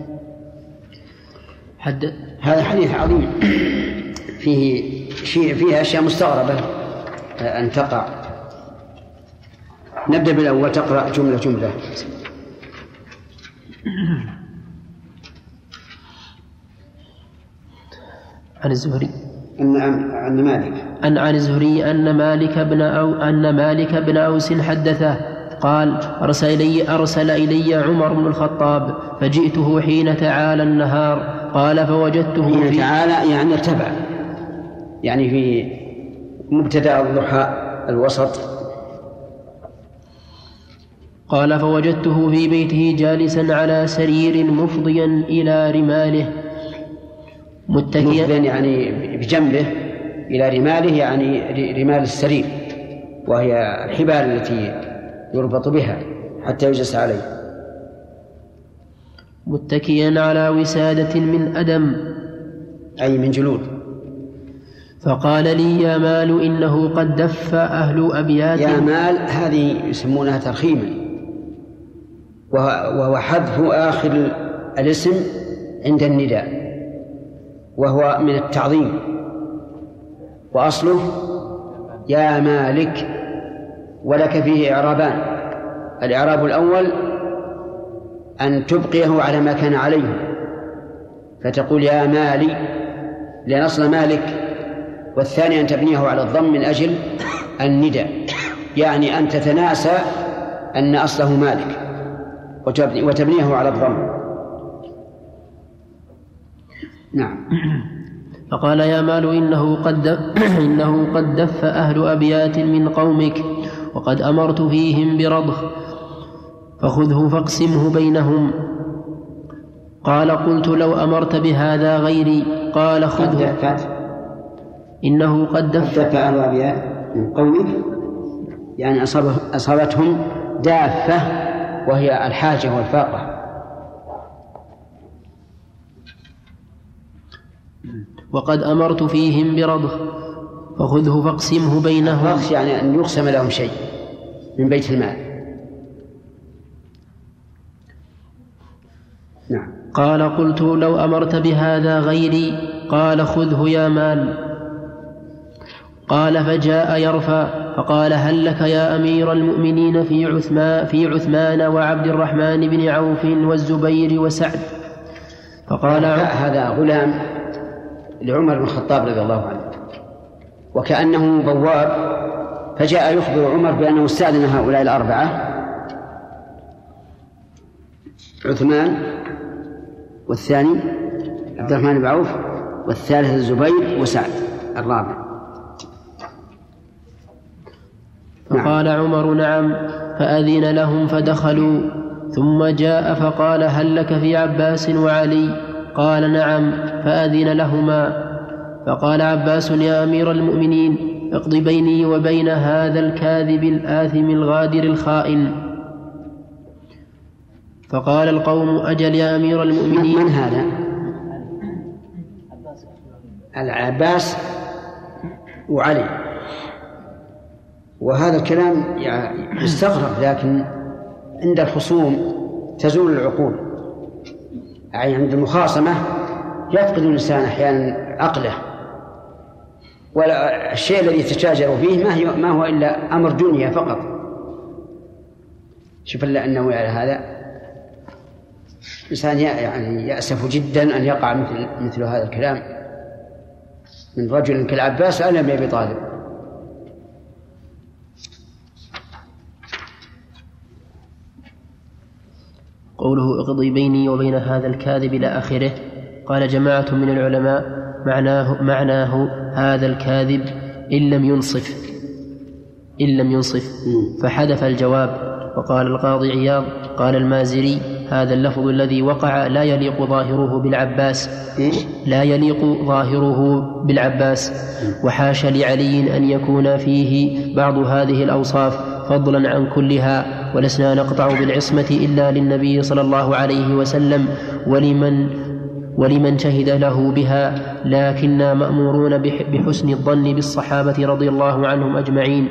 Speaker 1: حد هذا حديث عظيم فيه شيء فيه أشياء مستغربة أن تقع. نبدأ بالأول، تقرأ جملة جملة.
Speaker 2: عن الزهري
Speaker 1: أن عن مالك
Speaker 2: أن عن الزهري أن مالك بن أو أن مالك بن أوس حدثه قال أرسل إلي أرسل إلي عمر بن الخطاب فجئته حين تعالى النهار، قال فوجدته
Speaker 1: حين
Speaker 2: في
Speaker 1: تعالى يعني ارتفع، يعني في مبتدأ الضحى الوسط.
Speaker 2: قال فوجدته في بيته جالسا على سرير مفضيا إلى رماله متكئا،
Speaker 1: يعني بجنبه إلى رماله يعني رمال السرير، وهي الحبال التي يربط بها حتى يجلس عليه،
Speaker 2: متكئا على وسادة من أدم
Speaker 1: أي من جلود. فقال
Speaker 2: لي يا مال إنه قد دف أهل أبيات.
Speaker 1: يا مال هذه يسمونها ترخيما، وهو حذف آخر الاسم عند النداء، وهو من التعظيم، وأصله يا مالك. ولك فيه إعرابان: الإعراب الأول أن تبقيه على ما كان عليه، فتقول يا مالي لأن أصل مالك، والثاني أن تبنيه على الضم من أجل النداء، يعني أن تتناسى أن أصله مالك وتبنيه على الضم. نعم.
Speaker 2: فقال يا مال إنه قد إنه قد دف أهل أبيات من قومك، وقد أمرت فيهم برضخ، فخذه فاقسمه بينهم. قال قلت لو أمرت بهذا غيري. قال خذه. إنه قد دف
Speaker 1: أهل أبيات من قومك، يعني أصابتهم دافة وهي الحاجة والفاقة.
Speaker 2: وقد أمرت فيهم برضخ، فخذه فاقسمه بينهم.
Speaker 1: الرضخ يعني أن يقسم لهم شيء من بيت المال. نعم.
Speaker 2: قال قلت لو أمرت بهذا غيري. قال خذه يا مال. قال فجاء يرفع فقال هل لك يا أمير المؤمنين في عثمان, في عثمان وعبد الرحمن بن عوف والزبير وسعد.
Speaker 1: فقال هذا غلام لعمر بن الخطاب رضي الله عنه، وكأنه بواب، فجاء يخبر عمر بأنه استأذن هؤلاء الأربعة: عثمان، والثاني عبد الرحمن بن عوف، والثالث الزبير، وسعد الرابع.
Speaker 2: فقال عمر نعم، فأذن لهم فدخلوا. ثم جاء فقال هل لك في عباس وعلي؟ قال نعم، فأذن لهما. فقال عباس يا أمير المؤمنين اقض بيني وبين هذا الكاذب الآثم الغادر الخائن. فقال القوم أجل يا أمير المؤمنين.
Speaker 1: من هذا؟ العباس وعلي، وهذا الكلام يعني يستغرب، لكن عند الخصوم تزول العقول، يعني عند المخاصمة يفقد الإنسان أحيانا عقله، ولا الشيء الذي يتشاجر فيه ما, ما هو إلا أمر دنيا فقط. شوف الله أنه على هذا الإنسان يعني يأسف جدا أن يقع مثل, مثل هذا الكلام من رجل كالعباس على أبي طالب.
Speaker 2: قوله اقضي بيني وبين هذا الكاذب إلى آخره. قال جماعة من العلماء معناه, معناه هذا الكاذب إن لم ينصف إن لم ينصف فحذف الجواب. وقال القاضي عياض قال المازري هذا اللفظ الذي وقع لا يليق ظاهره بالعباس لا يليق ظاهره بالعباس وحاش لعلي أن يكون فيه بعض هذه الأوصاف فضلا عن كلها، ولسنا نقطع بالعصمة إلا للنبي صلى الله عليه وسلم ولمن ولمن شهد له بها، لكننا مأمورون بحسن الظن بالصحابة رضي الله عنهم أجمعين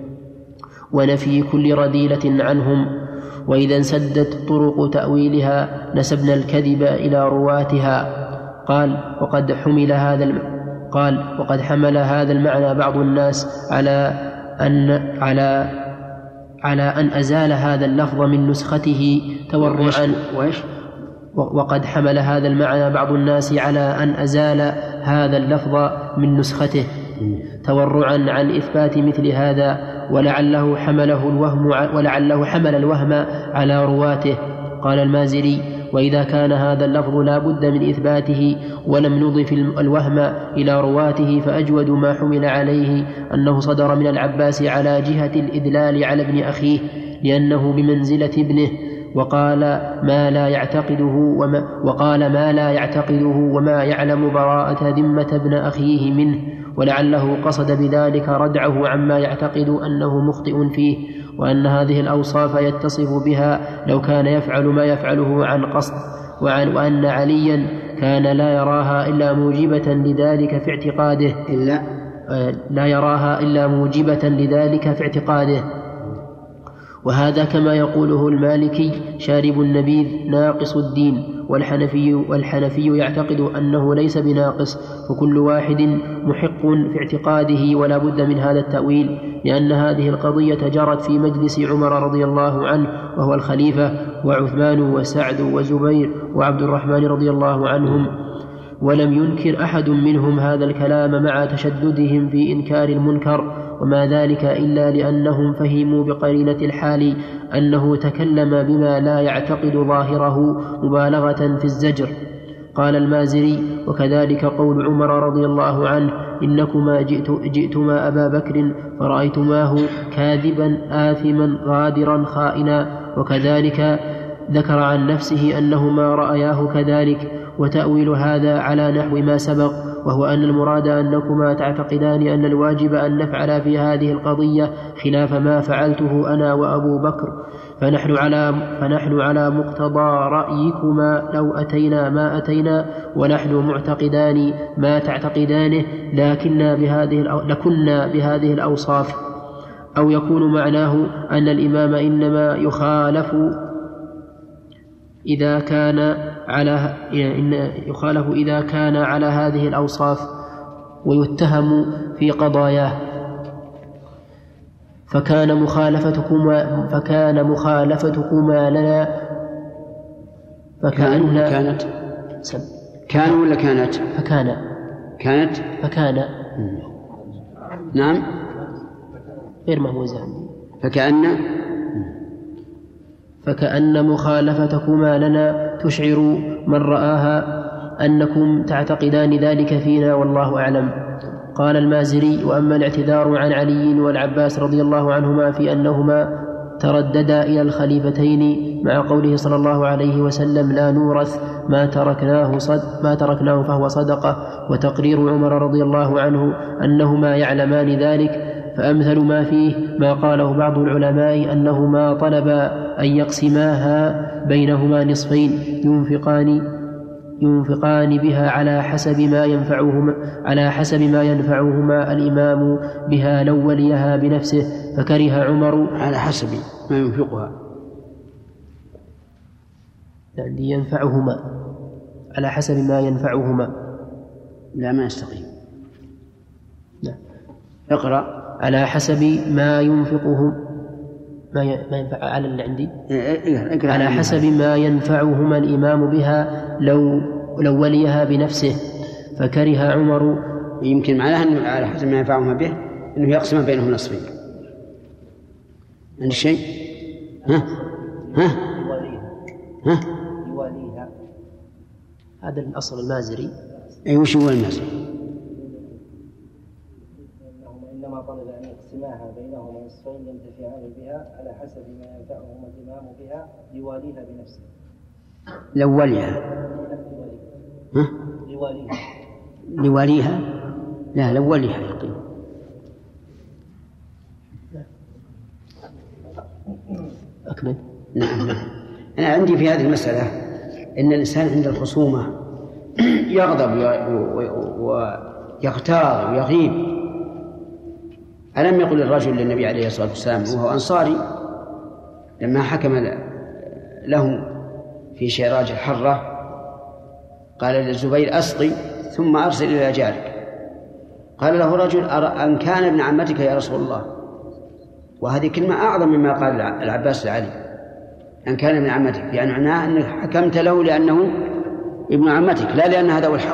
Speaker 2: ونفي كل رذيلة عنهم. وإذا انسدت طرق تأويلها نسبنا الكذب إلى رواتها. قال وقد حمل هذا الم... قال وقد حمل هذا المعنى بعض الناس على أن على على أن أزال هذا اللفظ من نسخته تورعا وقد حمل هذا المعنى بعض الناس على أن أزال هذا اللفظ من نسخته تورعا عن إثبات مثل هذا، ولعله حمله الوهم ولعله حمل الوهم على رواته. قال المازري وإذا كان هذا اللفظ لا بد من إثباته ولم نضف الوهم إلى رواته فأجود ما حمل عليه أنه صدر من العباس على جهة الإدلال على ابن أخيه لأنه بمنزلة ابنه، وقال ما لا يعتقده وما وقال ما لا يعتقده وما يعلم براءة ذمة ابن أخيه منه، ولعله قصد بذلك ردعه عما يعتقد أنه مخطئ فيه، وأن هذه الأوصاف يتصف بها لو كان يفعل ما يفعله عن قصد، وعن وأن عليا كان لا يراها إلا موجبة لذلك في اعتقاده
Speaker 1: إلا
Speaker 2: لا يراها إلا موجبة لذلك في اعتقاده. وهذا كما يقوله المالكي شارب النبيذ ناقص الدين، والحنفي, والحنفي يعتقد أنه ليس بناقص، وكل واحد محق في اعتقاده ولا بد من هذا التأويل، لأن هذه القضية جرت في مجلس عمر رضي الله عنه وهو الخليفة، وعثمان وسعد وزبير وعبد الرحمن رضي الله عنهم، ولم ينكر أحد منهم هذا الكلام مع تشددهم في إنكار المنكر، وما ذلك إلا لأنهم فهموا بقرينة الحال أنه تكلم بما لا يعتقد ظاهره مبالغة في الزجر. قال المازري وكذلك قول عمر رضي الله عنه إنكما جئت جئتما أبا بكر فرأيتماه كاذبا آثما غادرا خائنا، وكذلك ذكر عن نفسه أنهما رأياه كذلك، وتأويل هذا على نحو ما سبق، وهو أن المراد أنكما تعتقدان أن الواجب أن نفعل في هذه القضية خلاف ما فعلته أنا وأبو بكر، فنحن على, فنحن على مقتضى رأيكما لو أتينا ما أتينا، ونحن معتقدان ما تعتقدانه لكننا بهذه, لكنا بهذه الأوصاف. أو يكون معناه أن الإمام إنما يخالف إذا كان على إن يخالف إذا كان على هذه الأوصاف ويتهم في قضاياه، فكان مخالفتكما فكان مخالفتكما لنا فكأن
Speaker 1: كانت كان ولا كانت
Speaker 2: فكان
Speaker 1: كانت
Speaker 2: فكان
Speaker 1: نعم
Speaker 2: غير مهوزة
Speaker 1: فكأن
Speaker 2: فكأن مخالفتكما لنا تشعر من رآها أنكم تعتقدان ذلك فينا والله أعلم. قال المازري وأما الاعتذار عن علي والعباس رضي الله عنهما في أنهما ترددا إلى الخليفتين مع قوله صلى الله عليه وسلم لا نورث ما تركناه, صد ما تركناه فهو صدقة، وتقرير عمر رضي الله عنه أنهما يعلمان ذلك، فأمثل ما فيه ما قاله بعض العلماء أنهما طلبا أن يقسماها بينهما نصفين ينفقان ينفقان بها على حسب ما ينفعهما على حسب ما ينفعهما الإمام بها لو وليها بنفسه فكره عمر
Speaker 1: على حسب ما ينفقها
Speaker 2: يعني ينفعهما على حسب ما ينفعهما
Speaker 1: لا ما يستقيم
Speaker 2: لا.
Speaker 1: اقرأ
Speaker 2: على حسب ما ينفقهم ما ينفع على اللي عندي
Speaker 1: اقرأ
Speaker 2: على حسب ما ينفعهما الإمام بها لو لو وليها بنفسه فكره عمر.
Speaker 1: يمكن معناها أنه على حسب ما ينفعهما به أنه يقسم بينهم نصفين. عندي شيء؟ ها ها ها
Speaker 6: يواليها.
Speaker 2: هذا الأصل المازري.
Speaker 1: أي وش هو المازري؟
Speaker 6: إنما طلب أن يقسماها بينهما نصفين ينتفعان بها على حسب ما ينفعهما الإمام بها يواليها بنفسه.
Speaker 1: لو وليها ها؟
Speaker 6: يواليها
Speaker 1: لواليها لا لو وليها يقين.
Speaker 2: أكمل.
Speaker 1: نعم نعم. أنا عندي في هذه المسألة إن الإنسان عند الخصومة يغضب ويغتاظ ويغيب. ألم يقل الرجل للنبي عليه الصلاة والسلام وهو أنصاري لما حكم له في شيراج الحرة قال للزبير أسقي ثم أرسل إلى جارك. قال له رجل أن كان ابن عمتك يا رسول الله، وهذه كلمة أعظم مما قال العباس لعلي أن كان ابن عمتك، يعني معناه أنك حكمت له لأنه ابن عمتك لا لأن هذا هو الحق.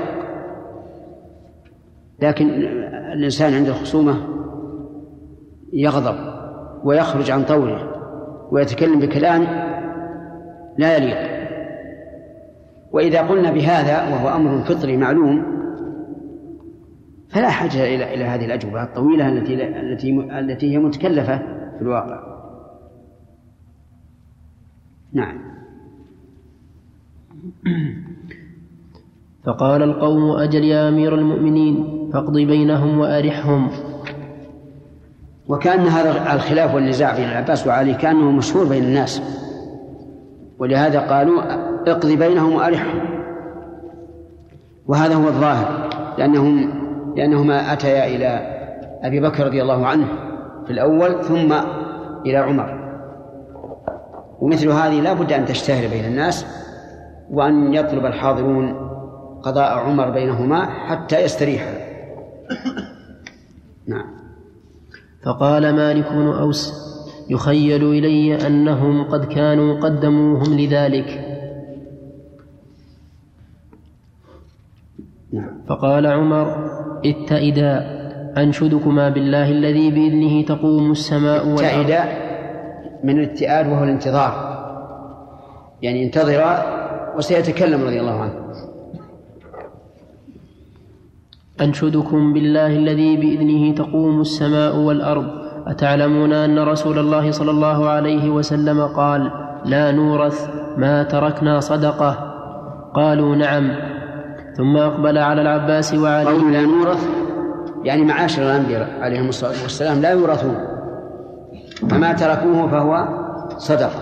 Speaker 1: لكن الإنسان عند الخصومة يغضب ويخرج عن طوره ويتكلم بكلام لا يليق. وإذا قلنا بهذا وهو أمر فطري معلوم فلا حاجة إلى إلى هذه الأجوبة الطويلة التي التي التي هي متكلفة في الواقع. نعم.
Speaker 2: فقال القوم أجل يا أمير المؤمنين فاقض بينهم وأرحهم.
Speaker 1: وكأن هذا الخلاف والنزاع بين العباس وعلي كأنه مشهور بين الناس، ولهذا قالوا اقض بينهم وأرحهم، وهذا هو الظاهر لأنهم لأنهما أتيا إلى أبي بكر رضي الله عنه في الأول ثم إلى عمر، ومثل هذه لا بد أن تشتهر بين الناس وأن يطلب الحاضرون قضاء عمر بينهما حتى يستريحا. نعم.
Speaker 2: فقال مالك بن أوس يخيل إلي أنهم قد كانوا قدموهم لذلك.
Speaker 1: نعم.
Speaker 2: فقال عمر اتئدا أنشدكما بالله الذي بإذنه تقوم السماء والأرض.
Speaker 1: اتئدا من الاتئاد وهو الانتظار، يعني انتظر وسيتكلم رضي الله عنه.
Speaker 2: أنشدكم بالله الذي بإذنه تقوم السماء والأرض أتعلمون أن رسول الله صلى الله عليه وسلم قال لا نورث ما تركنا صدقة؟ قالوا نعم. ثم أقبل على العباس وعلي.
Speaker 1: قالوا لا نورث يعني معاشر الأنبياء عليهم الصلاة والسلام لا يورثون، فما تركوه فهو صدقة.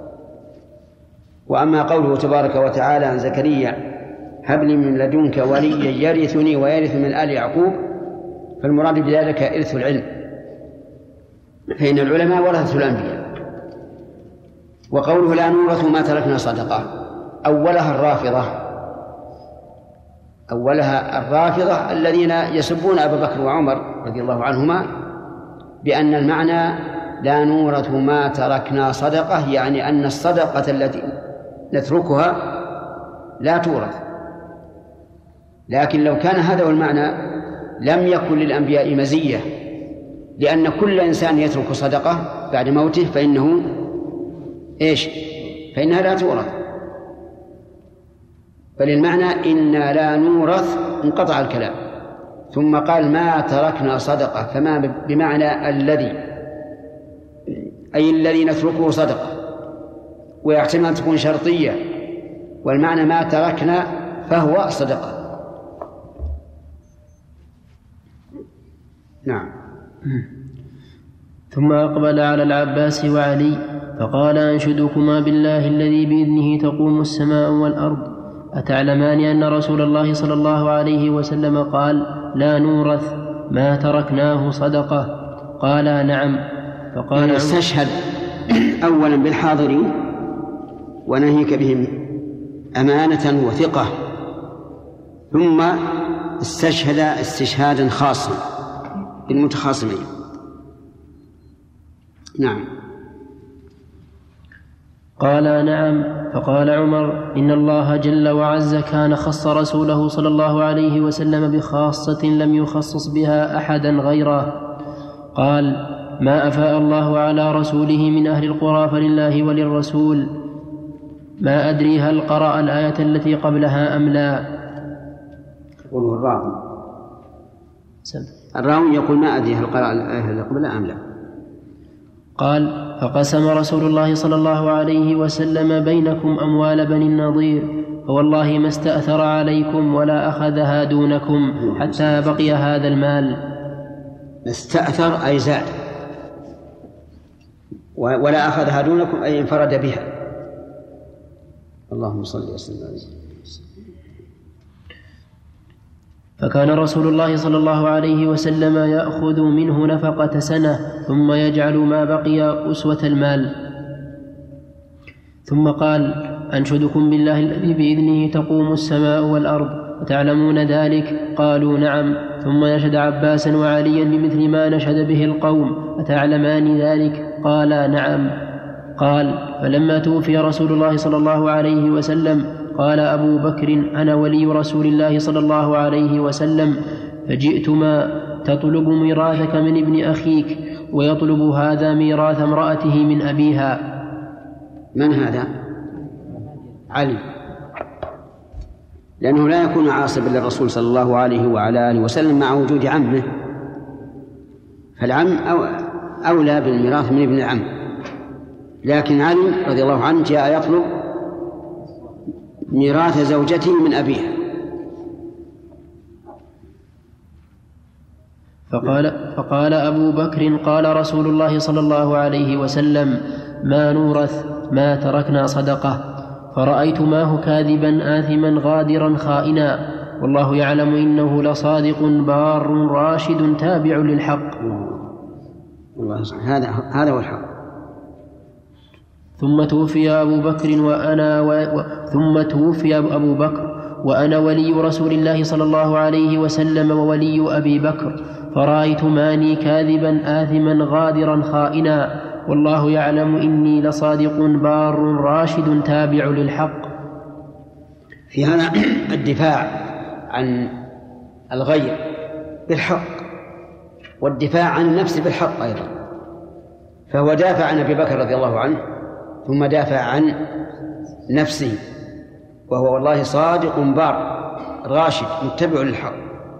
Speaker 1: وأما قوله تبارك وتعالى عن زكريا هب لي من لدنك وليا يرثني ويرث من آل يعقوب، فالمراد بذلك إرث العلم، فإن العلماء ورثة الأنبياء. وقوله لا نورث ما تركنا صدقة أولها الرافضة أولها الرافضة الذين يسبون أبا بكر وعمر رضي الله عنهما بأن المعنى لا نورث ما تركنا صدقة، يعني أن الصدقة التي نتركها لا تورث. لكن لو كان هذا هو المعنى لم يكن للأنبياء مزية، لأن كل إنسان يترك صدقة بعد موته فإنه إيش؟ فإنها لا تورث. فللمعنى إنا لا نورث انقطع الكلام. ثم قال ما تركنا صدقة، فما بمعنى الذي، أي الذي نتركه صدقة، ويحتمل أن تكون شرطية، والمعنى ما تركنا فهو صدقة. نعم.
Speaker 2: ثم أقبل على العباس وعلي فقال أنشدكما بالله الذي بإذنه تقوم السماء والأرض أتعلمان أن رسول الله صلى الله عليه وسلم قال لا نورث ما تركناه صدقة؟ قال نعم. فقال
Speaker 1: يعني استشهد أولا بالحاضرين وناهيك بهم أمانة وثقة، ثم استشهد استشهادا خاصا بالمتخاصمين. نعم.
Speaker 2: قال نعم. فقال عمر إن الله جل وعز كان خص رسوله صلى الله عليه وسلم بخاصة لم يخصص بها أحدا غيره. قال ما أفاء الله على رسوله من أهل القرى فلله وللرسول. ما أدري هل قرأ الآية التي قبلها أم لا.
Speaker 1: يقول الراوي الراوي يقول ما أدري هل قرأ الآية التي قبلها أم لا.
Speaker 2: قال فقسم رسول الله صلى الله عليه وسلم بينكم أموال بني النضير فوالله ما استأثر عليكم ولا أخذها دونكم حتى بقي هذا المال.
Speaker 1: استأثر أي زاد، ولا أخذها دونكم أي انفرد بها. اللهم صل وسلم عليه.
Speaker 2: فكان رسول الله صلى الله عليه وسلم يأخذ منه نفقة سنة ثم يجعل ما بقي أسوة المال. ثم قال أنشدكم بالله الذي بإذنه تقوم السماء والأرض وتعلمون ذلك؟ قالوا نعم. ثم نشد عباسا وعليا بمثل ما نشد به القوم أتعلمان ذلك؟ قالا نعم. قال فلما توفي رسول الله صلى الله عليه وسلم قال أبو بكر أنا ولي رسول الله صلى الله عليه وسلم فجئتما تطلب ميراثك من ابن أخيك ويطلب هذا ميراث امرأته من أبيها.
Speaker 1: من هذا؟ علي، لأنه لا يكون عاصبا للرسول صلى الله عليه وعلى آله وسلم مع وجود عمه، فالعم أولى بالميراث من ابن العم. لكن علي رضي الله عنه جاء يطلب ميراث زوجته من أبيها.
Speaker 2: فقال, فقال أبو بكر قال رسول الله صلى الله عليه وسلم ما نورث ما تركنا صدقة. فرأيت ماه كاذبا آثما غادرا خائنا والله يعلم إنه لصادق بار راشد تابع للحق.
Speaker 1: الله هذا هذا هو الحق.
Speaker 2: ثم توفي أبو بكر وأنا و... ثم توفي أبو بكر وأنا ولي رسول الله صلى الله عليه وسلم وولي أبي بكر فرأيت ماني كاذبا آثما غادرا خائنا والله يعلم إني لصادق بار راشد تابع للحق.
Speaker 1: في هذا الدفاع عن الغير بالحق والدفاع عن النفس بالحق أيضا. فهو دافع عن أبي بكر رضي الله عنه ثم دافع عن نفسه، وهو والله صادق بار راشد متبع للحق.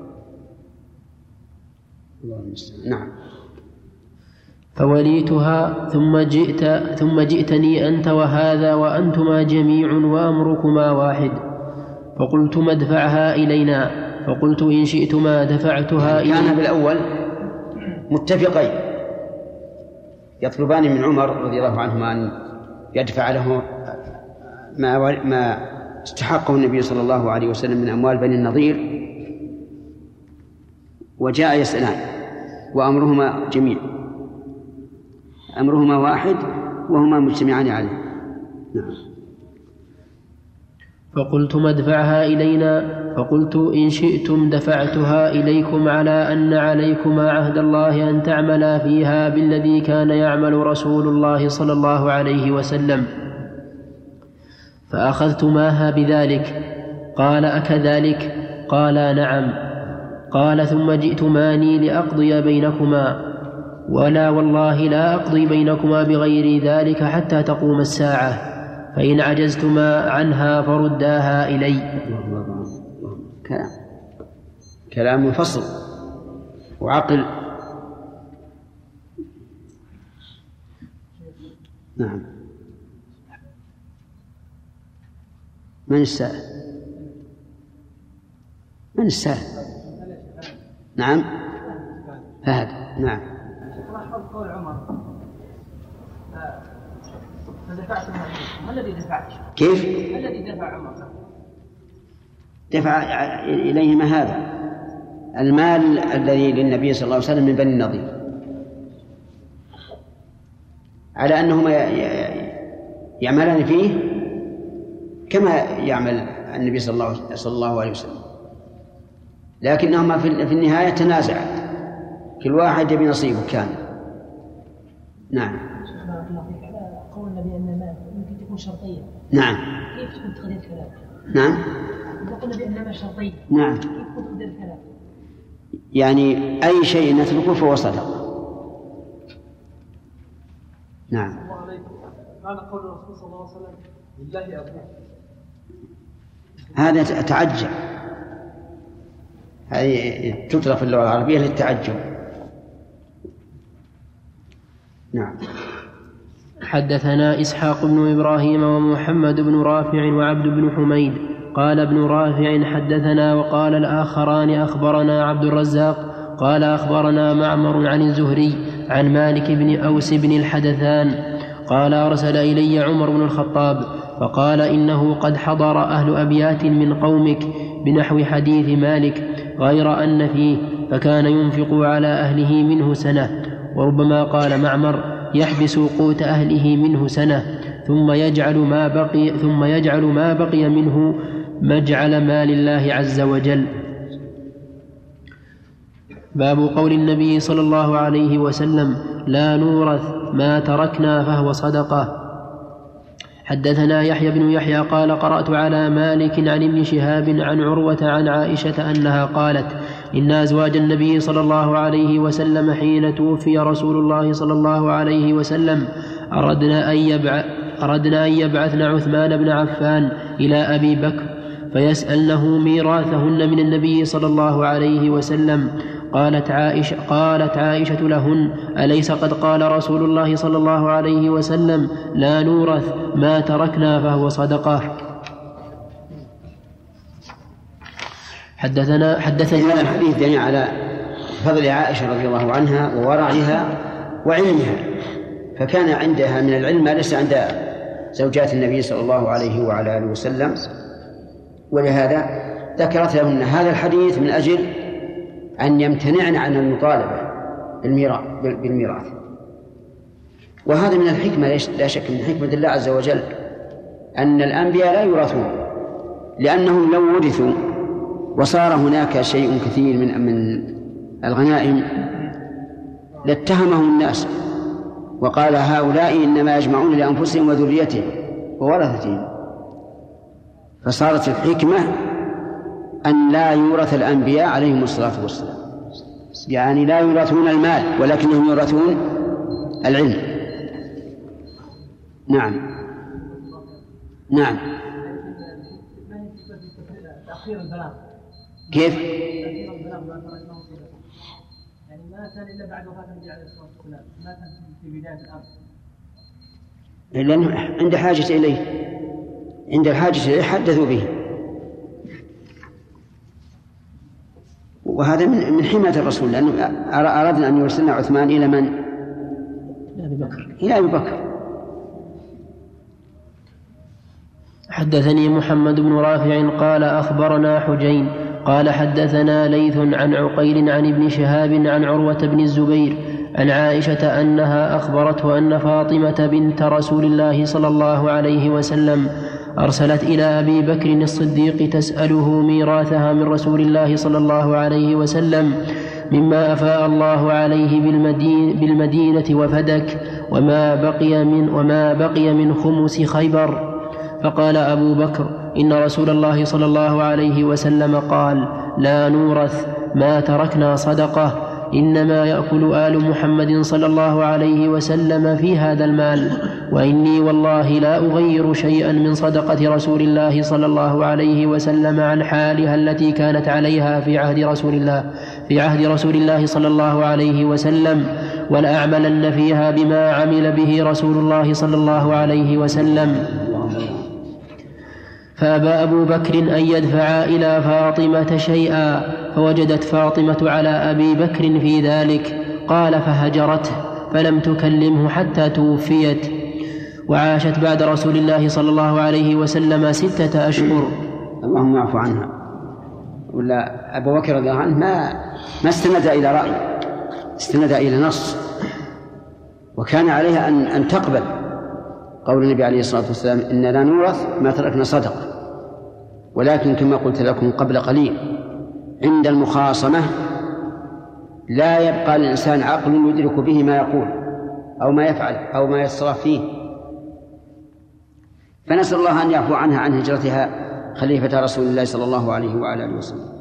Speaker 1: نعم.
Speaker 2: فوليتها ثم جئت ثم جئتني أنت وهذا وأنتما جميع وأمركما واحد. فقلت ما ادفعها إلينا. فقلت إن شئتما دفعتها إلينا.
Speaker 1: كان بالأول متفقين يطلبان من عمر رضي الله عنهما أن يدفع له ما ما استحقه النبي صلى الله عليه وسلم من أموال بني النضير، وجاء يسألان وأمرهما جميع أمرهما واحد وهما مجتمعان عليه. نعم.
Speaker 2: فقلت ما ادفعها إلينا. فقلت إن شئتم دفعتها إليكم على أن عليكما عهد الله أن تعملا فيها بالذي كان يعمل رسول الله صلى الله عليه وسلم. فأخذتماها بذلك. قال أكذلك؟ قالا نعم. قال ثم جئتماني لأقضي بينكما ولا والله لا أقضي بينكما بغير ذلك حتى تقوم الساعة فإن عجزتما عنها فرداها إلي.
Speaker 1: كلام كلام فصل وعقل. نعم. من السائل؟ من السائل؟ نعم فهد. نعم.
Speaker 5: قول عمر فدفعت ما الذي دفعت؟
Speaker 1: كيف؟
Speaker 5: الذي دفع عمر؟
Speaker 1: دفع إليهما هذا المال الذي للنبي صلى الله عليه وسلم من بني النضير، على أنهما يعملان فيه كما يعمل النبي صلى الله, صلى الله عليه وسلم، لكنهما في النهاية تنازعا، كل واحد يبي نصيبه كان. نعم.
Speaker 5: قول النبي أن المال يمكن تكون شرطية.
Speaker 1: نعم.
Speaker 5: كيف تكون تقدير الكلام؟
Speaker 1: نعم.
Speaker 5: يقول النبي أن المال شرطية.
Speaker 1: نعم.
Speaker 5: كيف تكون تقدير الكلام؟
Speaker 1: يعني أي شيء نتركه فهو صدقة. نعم.
Speaker 5: قال قول الرسول صلى الله عليه وسلم لله أبوه.
Speaker 1: هذا تعجب، هذه تطلق في اللغة العربية للتعجب. نعم.
Speaker 2: حدثنا إسحاق بن إبراهيم ومحمد بن رافع وعبد بن حميد. قال ابن رافع حدثنا، وقال الآخران أخبرنا عبد الرزاق قال أخبرنا معمر عن الزهري عن مالك بن أوس بن الحدثان قال أرسل إلي عمر بن الخطاب فقال إنه قد حضر أهل أبيات من قومك بنحو حديث مالك غير أن فيه، فكان ينفق على أهله منه سنة. وربما قال معمر يحبس قوت أهله منه سنة ثم يجعل ما بقي ثم يجعل ما بقي منه مجعل مال الله عز وجل. باب قول النبي صلى الله عليه وسلم لا نورث ما تركنا فهو صدقة. حدثنا يحيى بن يحيى قال قرأت على مالك عن ابن شهاب عن عروة عن عائشة أنها قالت إن أزواج النبي صلى الله عليه وسلم حين توفي رسول الله صلى الله عليه وسلم أردنا أن, يبع... أردنا أن يبعثن عثمان بن عفان إلى أبي بكر فيسألنه ميراثهن من النبي صلى الله عليه وسلم. قالت عائشة, قالت عائشة لهن أليس قد قال رسول الله صلى الله عليه وسلم لا نورث ما تركنا فهو صدقة. حدثنا حدثني
Speaker 1: هذا الحديث دليل على فضل عائشة رضي الله عنها وورعها وعلمها، فكان عندها من العلم ما ليس عند زوجات النبي صلى الله عليه وعلى آله وسلم، ولهذا ذكرت لهن هذا الحديث من أجل أن يمتنعن عن المطالبة بالميراث. وهذا من الحكمة لا شك من حكمة الله عز وجل أن الأنبياء لا يورثون، لأنهم لو ورثوا وصار هناك شيء كثير من من الغنائم لاتهمهم الناس وقال هؤلاء إنما يجمعون لأنفسهم وذريتهم وورثتهم. فصارت الحكمة أن لا يورث الأنبياء عليهم الصلاة والسلام، يعني لا يورثون المال ولكنهم يورثون العلم. نعم. نعم. كيف؟
Speaker 5: يعني ما كان إلا بعد وفاة النبي عليه الصلاة والسلام، ما كان في بداية الأمر.
Speaker 1: لأنه عند حاجة إليه، عند الحاجة إليه حدثوا به. وهذا من من حماية الرسول، لأنه أردنا أن يرسلنا عثمان إلى من؟
Speaker 2: إلى أبي بكر.
Speaker 1: إلى أبي بكر.
Speaker 2: حدثني محمد بن رافع قال أخبرنا حجين قال حدثنا ليث عن عقيل عن ابن شهاب عن عروة بن الزبير عن عائشة أنها أخبرته أن فاطمة بنت رسول الله صلى الله عليه وسلم أرسلت إلى أبي بكر الصديق تسأله ميراثها من رسول الله صلى الله عليه وسلم مما أفاء الله عليه بالمدينة, بالمدينة وفدك وما بقي من, وما بقي من خمس خيبر. فقال أبو بكر إن رسول الله صلى الله عليه وسلم قال لا نورث ما تركنا صدقة، إنما يأكل آل محمد صلى الله عليه وسلم في هذا المال، وإني والله لا أغير شيئا من صدقة رسول الله صلى الله عليه وسلم عن حالها التي كانت عليها في عهد رسول الله في عهد رسول الله صلى الله عليه وسلم، ولأعملن فيها بما عمل به رسول الله صلى الله عليه وسلم. فأبى أبو بكر أن يدفع إلى فاطمة شيئا، فوجدت فاطمة على أبي بكر في ذلك، قال فهجرته فلم تكلمه حتى توفيت، وعاشت بعد رسول الله صلى الله عليه وسلم ستة أشهر.
Speaker 1: اللهم اعف عنها. ولا أبو بكر رضي الله عنه ما ما استند إلى رأي، استند إلى نص، وكان عليها أن أن تقبل قول النبي عليه الصلاة والسلام إن لا نورث ما تركنا صدقة. ولكن كما قلت لكم قبل قليل عند المخاصمة لا يبقى للإنسان عقل يدرك به ما يقول أو ما يفعل أو ما يتصرف فيه. فنسأل الله أن يعفو عنها عن هجرتها خليفة رسول الله صلى الله عليه وعلى آله وسلم.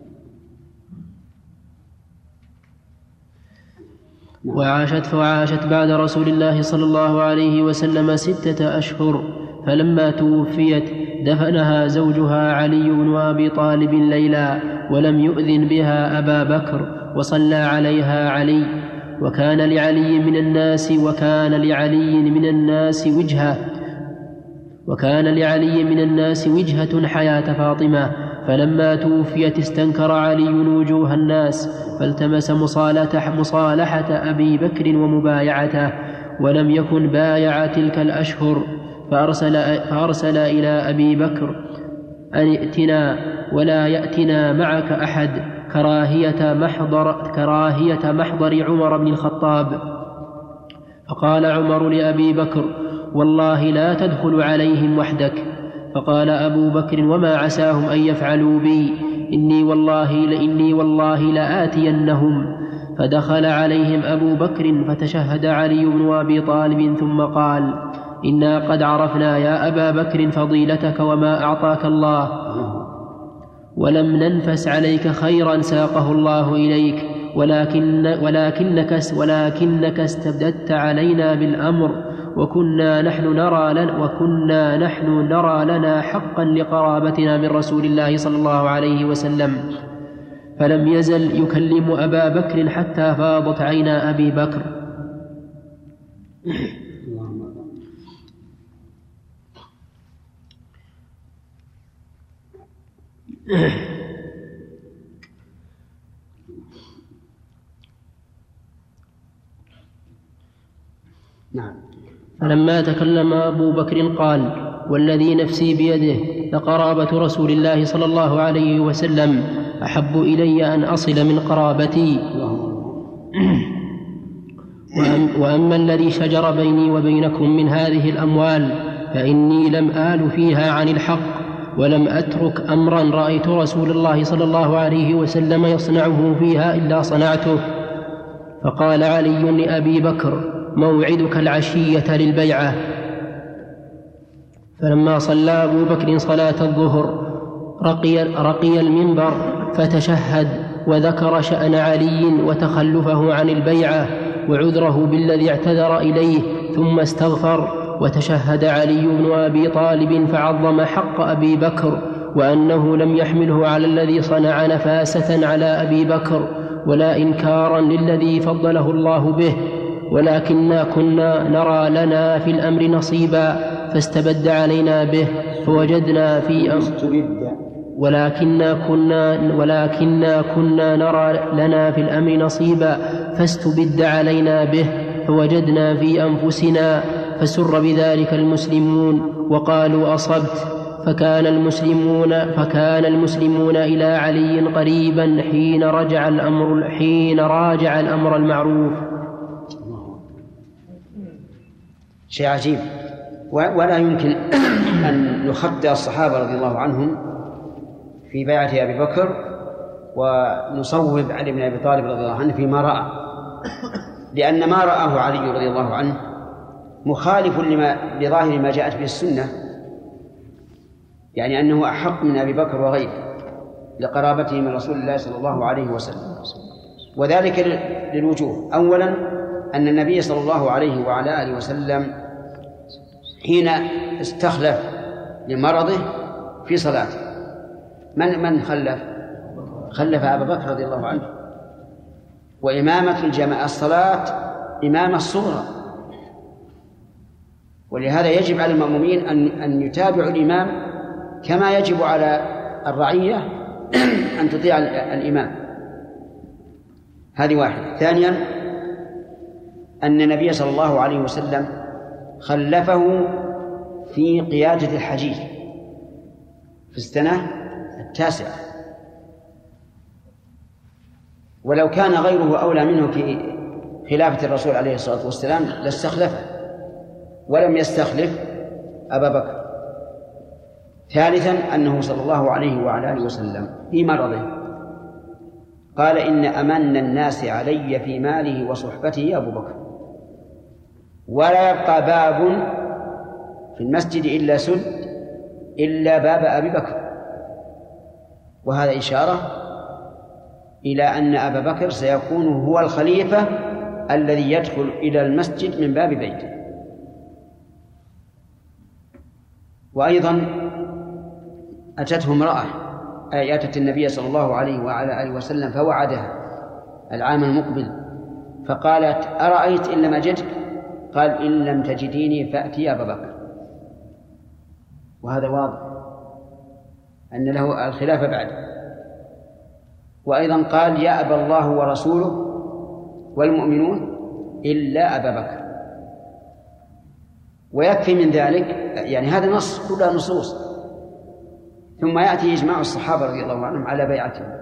Speaker 2: وعاشت فعاشت بعد رسول الله صلى الله عليه وسلم ستة أشهر، فلما توفيت دفنها زوجها علي بن أبي طالب ليلا، ولم يؤذن بها أبا بكر، وصلى عليها علي. وكان لعلي من الناس وكان لعلي من الناس وجهة وكان لعلي من الناس وجهة حياة فاطمة، فلما توفيت استنكر علي وجوه الناس، فالتمس مصالحة, مصالحة أبي بكر ومبايعته، ولم يكن بايع تلك الأشهر، فأرسل, فأرسل إلى أبي بكر أن ائتنا ولا يأتنا معك أحد، كراهية محضر, كراهية محضر عمر بن الخطاب. فقال عمر لأبي بكر والله لا تدخل عليهم وحدك. فقال أبو بكر وما عساهم أن يفعلوا بي، إني والله لإني والله لآتينهم. فدخل عليهم أبو بكر فتشهد علي بن أبي طالب ثم قال إنا قد عرفنا يا أبا بكر فضيلتك وما أعطاك الله، ولم ننفس عليك خيرا ساقه الله إليك، ولكن ولكنك, ولكنك استبددت علينا بالأمر، وكنا نحن نرى لنا وكنا نحن نرى لنا حقا لقرابتنا من رسول الله صلى الله عليه وسلم. فلم يزل يكلم أبا بكر حتى فاضت عينا أبي بكر.
Speaker 1: نعم.
Speaker 2: فلما تكلم أبو بكر قال والذي نفسي بيده لقرابة رسول الله صلى الله عليه وسلم أحب إلي أن أصل من قرابتي. وأما الذي شجر بيني وبينكم من هذه الأموال فإني لم آل فيها عن الحق، ولم أترك أمرا رأيت رسول الله صلى الله عليه وسلم يصنعه فيها إلا صنعته. فقال علي لأبي بكر موعدك العشية للبيعة. فلما صلى أبو بكر صلاة الظهر رقي, رقي المنبر فتشهد وذكر شأن علي وتخلفه عن البيعة وعذره بالذي اعتذر إليه، ثم استغفر وتشهد علي بن أبي طالب فعظم حق أبي بكر، وأنه لم يحمله على الذي صنع نفاسة على أبي بكر ولا إنكارا للذي فضله الله به، ولكننا كنا نرى لنا في الأمر نصيبا فاستبد علينا به فوجدنا في أمر ولكننا كنا ولكننا كنا نرى لنا في الأمر نصيبا فاستبد علينا به فوجدنا في أنفسنا، فسر بذلك المسلمون وقالوا أصبت. فكان المسلمون فكان المسلمون إلى علي قريبا حين رجع الأمر حين راجع الأمر المعروف.
Speaker 1: شيء عجيب، ولا يمكن أن نخطئ الصحابة رضي الله عنهم في بيعة أبي بكر ونصوب علي بن أبي طالب رضي الله عنه فيما رأى، لأن ما رآه علي رضي الله عنه مخالف لما لظاهر ما جاءت به السنة، يعني أنه أحق من أبي بكر وغيره لقرابته من رسول الله صلى الله عليه وسلم، وذلك للوجوه. أولا أن النبي صلى الله عليه وعلى آله وسلم حين استخلف لمرضه في صلاته من من خلف خلف أبا بكر رضي الله عنه، وإمامة الجماعة الصلاة إمامة الصغرى، ولهذا يجب على المأمومين أن أن يتابعوا الإمام كما يجب على الرعية أن تطيع الإمام. هذه واحدة. ثانيا أن النبي صلى الله عليه وسلم خلفه في قيادة الحجيج في السنة التاسعة، ولو كان غيره أولى منه في خلافة الرسول عليه الصلاة والسلام لاستخلفه ولم يستخلف أبا بكر. ثالثا أنه صلى الله عليه وعلى آله وسلم في مرضه قال إن أمن الناس علي في ماله وصحبته أبو بكر، ولا يبقى باب في المسجد إلا سد إلا باب أبي بكر. وهذا إشارة إلى أن أبا بكر سيكون هو الخليفة الذي يدخل إلى المسجد من باب بيته. وأيضا أتته امرأة أي أتت النبي صلى الله عليه وعلى آله وسلم فوعدها العام المقبل فقالت أرأيت إن لم أجدك؟ قال إن لم تجديني فأتي أبا بكر. وهذا واضح أن له الخلافة بعده. وأيضا قال يا أبا الله ورسوله والمؤمنون إلا أبا بكر. ويكفي من ذلك يعني هذا نص كلها نصوص. ثم يأتي إجماع الصحابة رضي الله عنهم على بيعتهم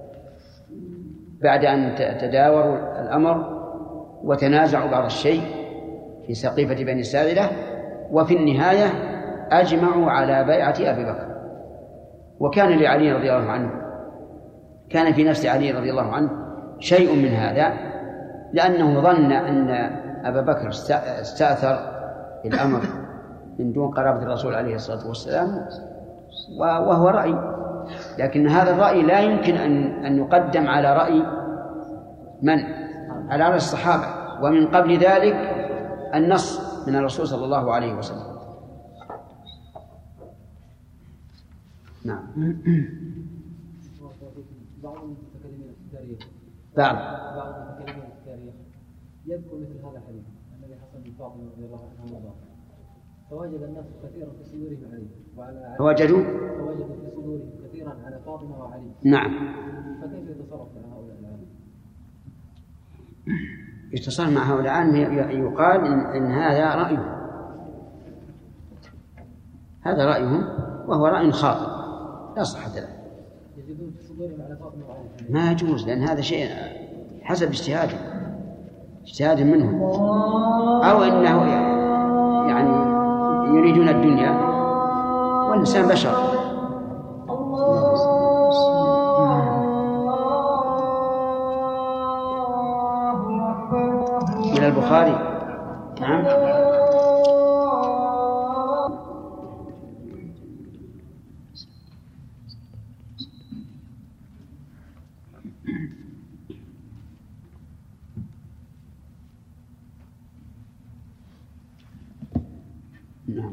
Speaker 1: بعد أن تداوروا الأمر وتنازعوا بعض الشيء في سقيفة بني ساعدة، وفي النهاية أجمعوا على بيعة أبي بكر. وكان لعلي رضي الله عنه كان في نفس علي رضي الله عنه شيء من هذا، لأنه ظن أن أبا بكر استأثر الأمر من دون قرابة الرسول عليه الصلاة والسلام، وهو رأي، لكن هذا الرأي لا يمكن أن أن يقدم على رأي من؟ على رأي الصحابة، ومن قبل ذلك النص من الرسول صلى الله عليه وسلم. نعم.
Speaker 7: بعض المتكلمين في التاريخ
Speaker 1: بعض
Speaker 7: بعض المتكلمين في التاريخ يذكر مثل هذا الحديث الذي حصل من فاطمة رضي الله عنها، فوجد الناس كثيرا في صدورهم علي وعلى
Speaker 1: فوجدوا
Speaker 7: فوجدوا في صدورهم كثيرا على فاطمة وعلي.
Speaker 1: نعم.
Speaker 7: فكيف يتصرف مع هؤلاء العالم؟
Speaker 1: يتصرف مع هؤلاء العالم يقال إن, إن هذا رأيه هذا رأيهم وهو رأي خاطئ لا صحة له.
Speaker 7: يجدون في صدورهم على فاطمة وعلي
Speaker 1: ما يجوز، لأن هذا شيء حسب اجتهاد اجتهاد منهم، أو إنه يعني يريدون الدنيا والإنسان بشر. من البخاري. نعم. نعم.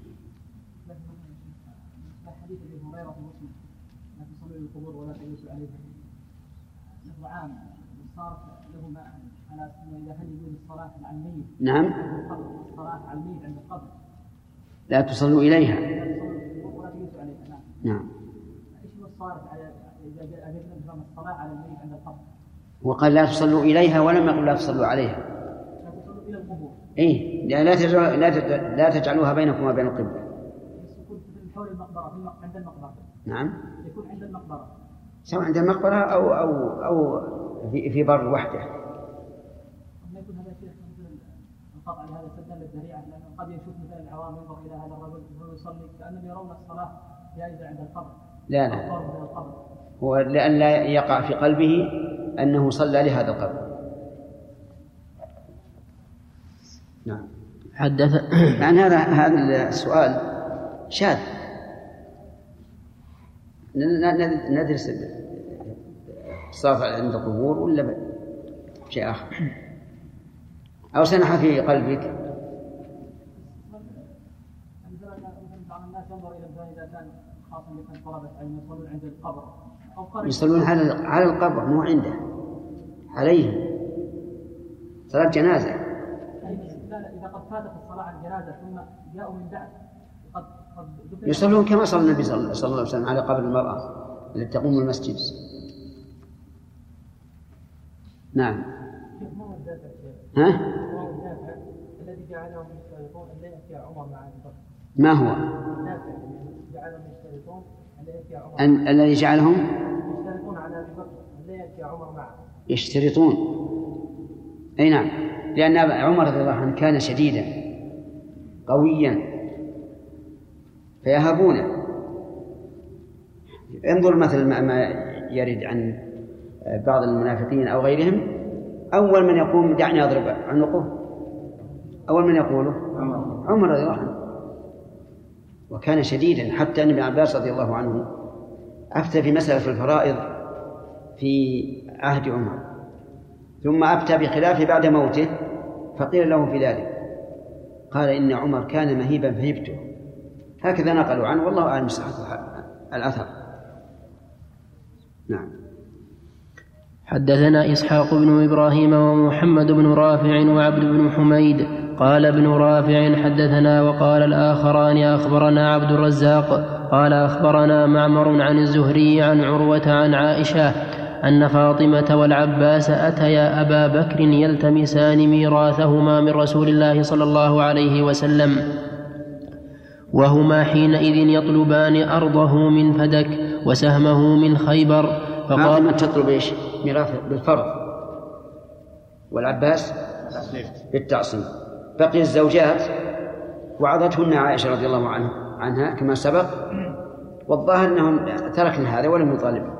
Speaker 5: حديث ابي هريره في مسلم لا تصلوا الى القبور ولا تجلسوا عليها له عام صار له ما على اذا هل يجوز الصلاه على الميت.
Speaker 1: نعم.
Speaker 5: الصلاه على الميت عند القبر
Speaker 1: لا تصلوا اليها.
Speaker 5: ولا تجلسوا عليها. نعم.
Speaker 1: نعم.
Speaker 5: ايش هو الصارف على اذا جاء نفهم الصلاه على الميت عند القبر؟
Speaker 1: وقال لا تصلوا اليها ولم يقل لا تصلوا عليها.
Speaker 5: لا تصلوا الى القبور.
Speaker 1: إيه لا تجعلوا لا لا تجعلوها بينكم وبين القبلة.
Speaker 5: يكون حول المقبرة عند المقبرة.
Speaker 1: نعم.
Speaker 5: يكون عند المقبرة.
Speaker 1: سواء عند المقبرة أو أو أو في في بر وحده.
Speaker 5: ما يكون هذا شيء مثل القطع لهذا سدا للذريعة، لأنه قد يشوف مثلا العوام ينظر إلى هذا الرجل وهو يصلي كأنهم يرون الصلاة جائزة عند القبر.
Speaker 1: لا لا. هو لأن لا يقع في قلبه أنه صلى لهذا القبر. نعم.
Speaker 2: حدث
Speaker 1: يعني هذا هذا السؤال شاذ. ندرس الصلاة عند القبور ولا شيء آخر؟ أو سنح في قلبك؟
Speaker 5: بعض الناس ينظر إلى الإنسان إذا كان خاصة مثل طلبة علم يصلون عند القبر أو قريب.
Speaker 1: يصلون على على القبر مو عنده، عليه صلاة جنازة.
Speaker 5: إذا قد فاتت الصلاة على الجنازة ثم جاءوا من بعد قد قد
Speaker 1: يصلون كما صلى النبي صلى الله عليه وسلم على قبر المرأة التي تقوم المسجد. نعم. ها؟
Speaker 5: الذي جعلهم يشترطون أن لا يأتي عمر مع أبي بكر.
Speaker 1: ما هو؟
Speaker 5: جعلهم يشترطون أن لا يأتي عمر.
Speaker 1: أن الذي جعلهم
Speaker 5: يشترطون على أبي بكر
Speaker 1: يشترطون. أي نعم، لأن عمر رضي الله عنه كان شديدا قويا فيهبونه. انظر مثل ما يرد عن بعض المنافقين أو غيرهم، أول من يقوم دعني أضرب عنقه، أول من يقوله عمر رضي الله عنه، وكان شديدا، حتى أن ابن عباس رضي الله عنه أفتى في مسألة الفرائض في عهد عمر، ثم أفتى بخلافه بعد موته، فقيل له في ذلك قال إن عمر كان مهيبا فهبته. هكذا نقلوا عنه، والله أعلم صحة الأثر. نعم.
Speaker 2: حدثنا إسحاق بن إبراهيم ومحمد بن رافع وعبد بن حميد. قال ابن رافع حدثنا، وقال الآخران أخبرنا عبد الرزاق قال أخبرنا معمر عن الزهري عن عروة عن عائشة أن فاطمة والعباس أتيا أبا بكر يلتمسان ميراثهما من رسول الله صلى الله عليه وسلم، وهما حينئذ يطلبان أرضه من فدك وسهمه من خيبر.
Speaker 1: فقال من تطلب إيش؟ ميراث بالفرض، والعباس بالتعصيب. بقي الزوجات وعظتهن عائشة رضي الله عنها كما سبق، والظاهر أنهم تركن هذا ولم يطالبوا.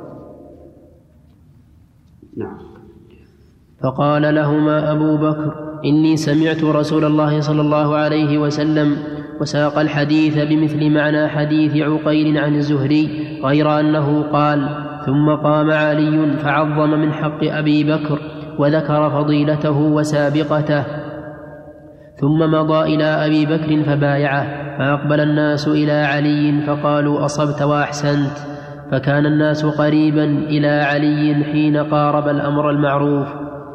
Speaker 1: نعم.
Speaker 2: فقال لهما أبو بكر إني سمعت رسول الله صلى الله عليه وسلم، وساق الحديث بمثل معنى حديث عقيل عن الزهري، غير أنه قال ثم قام علي فعظم من حق أبي بكر وذكر فضيلته وسابقته، ثم مضى إلى أبي بكر فبايعه، فأقبل الناس إلى علي فقالوا أصبت وأحسنت، فكان الناس قريبا إلى علي حين قارب الأمر المعروف.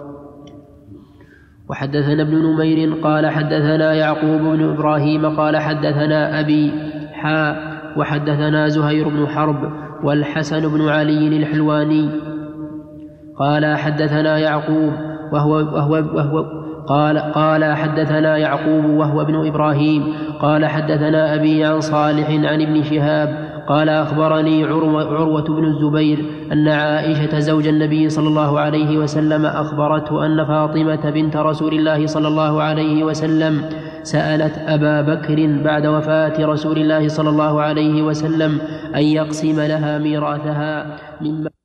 Speaker 2: وحدثنا ابن نمير قال حدثنا يعقوب بن إبراهيم قال حدثنا أبي حاء وحدثنا زهير بن حرب والحسن بن علي الحلواني قال حدثنا يعقوب وهو, وهو, وهو قال, قال حدثنا يعقوب وهو ابن إبراهيم قال حدثنا أبي عن صالح عن ابن شهاب قال أخبرني عروة, عروة بن الزبير أن عائشة زوج النبي صلى الله عليه وسلم أخبرته أن فاطمة بنت رسول الله صلى الله عليه وسلم سألت أبا بكر بعد وفاة رسول الله صلى الله عليه وسلم أن يقسم لها ميراثها مما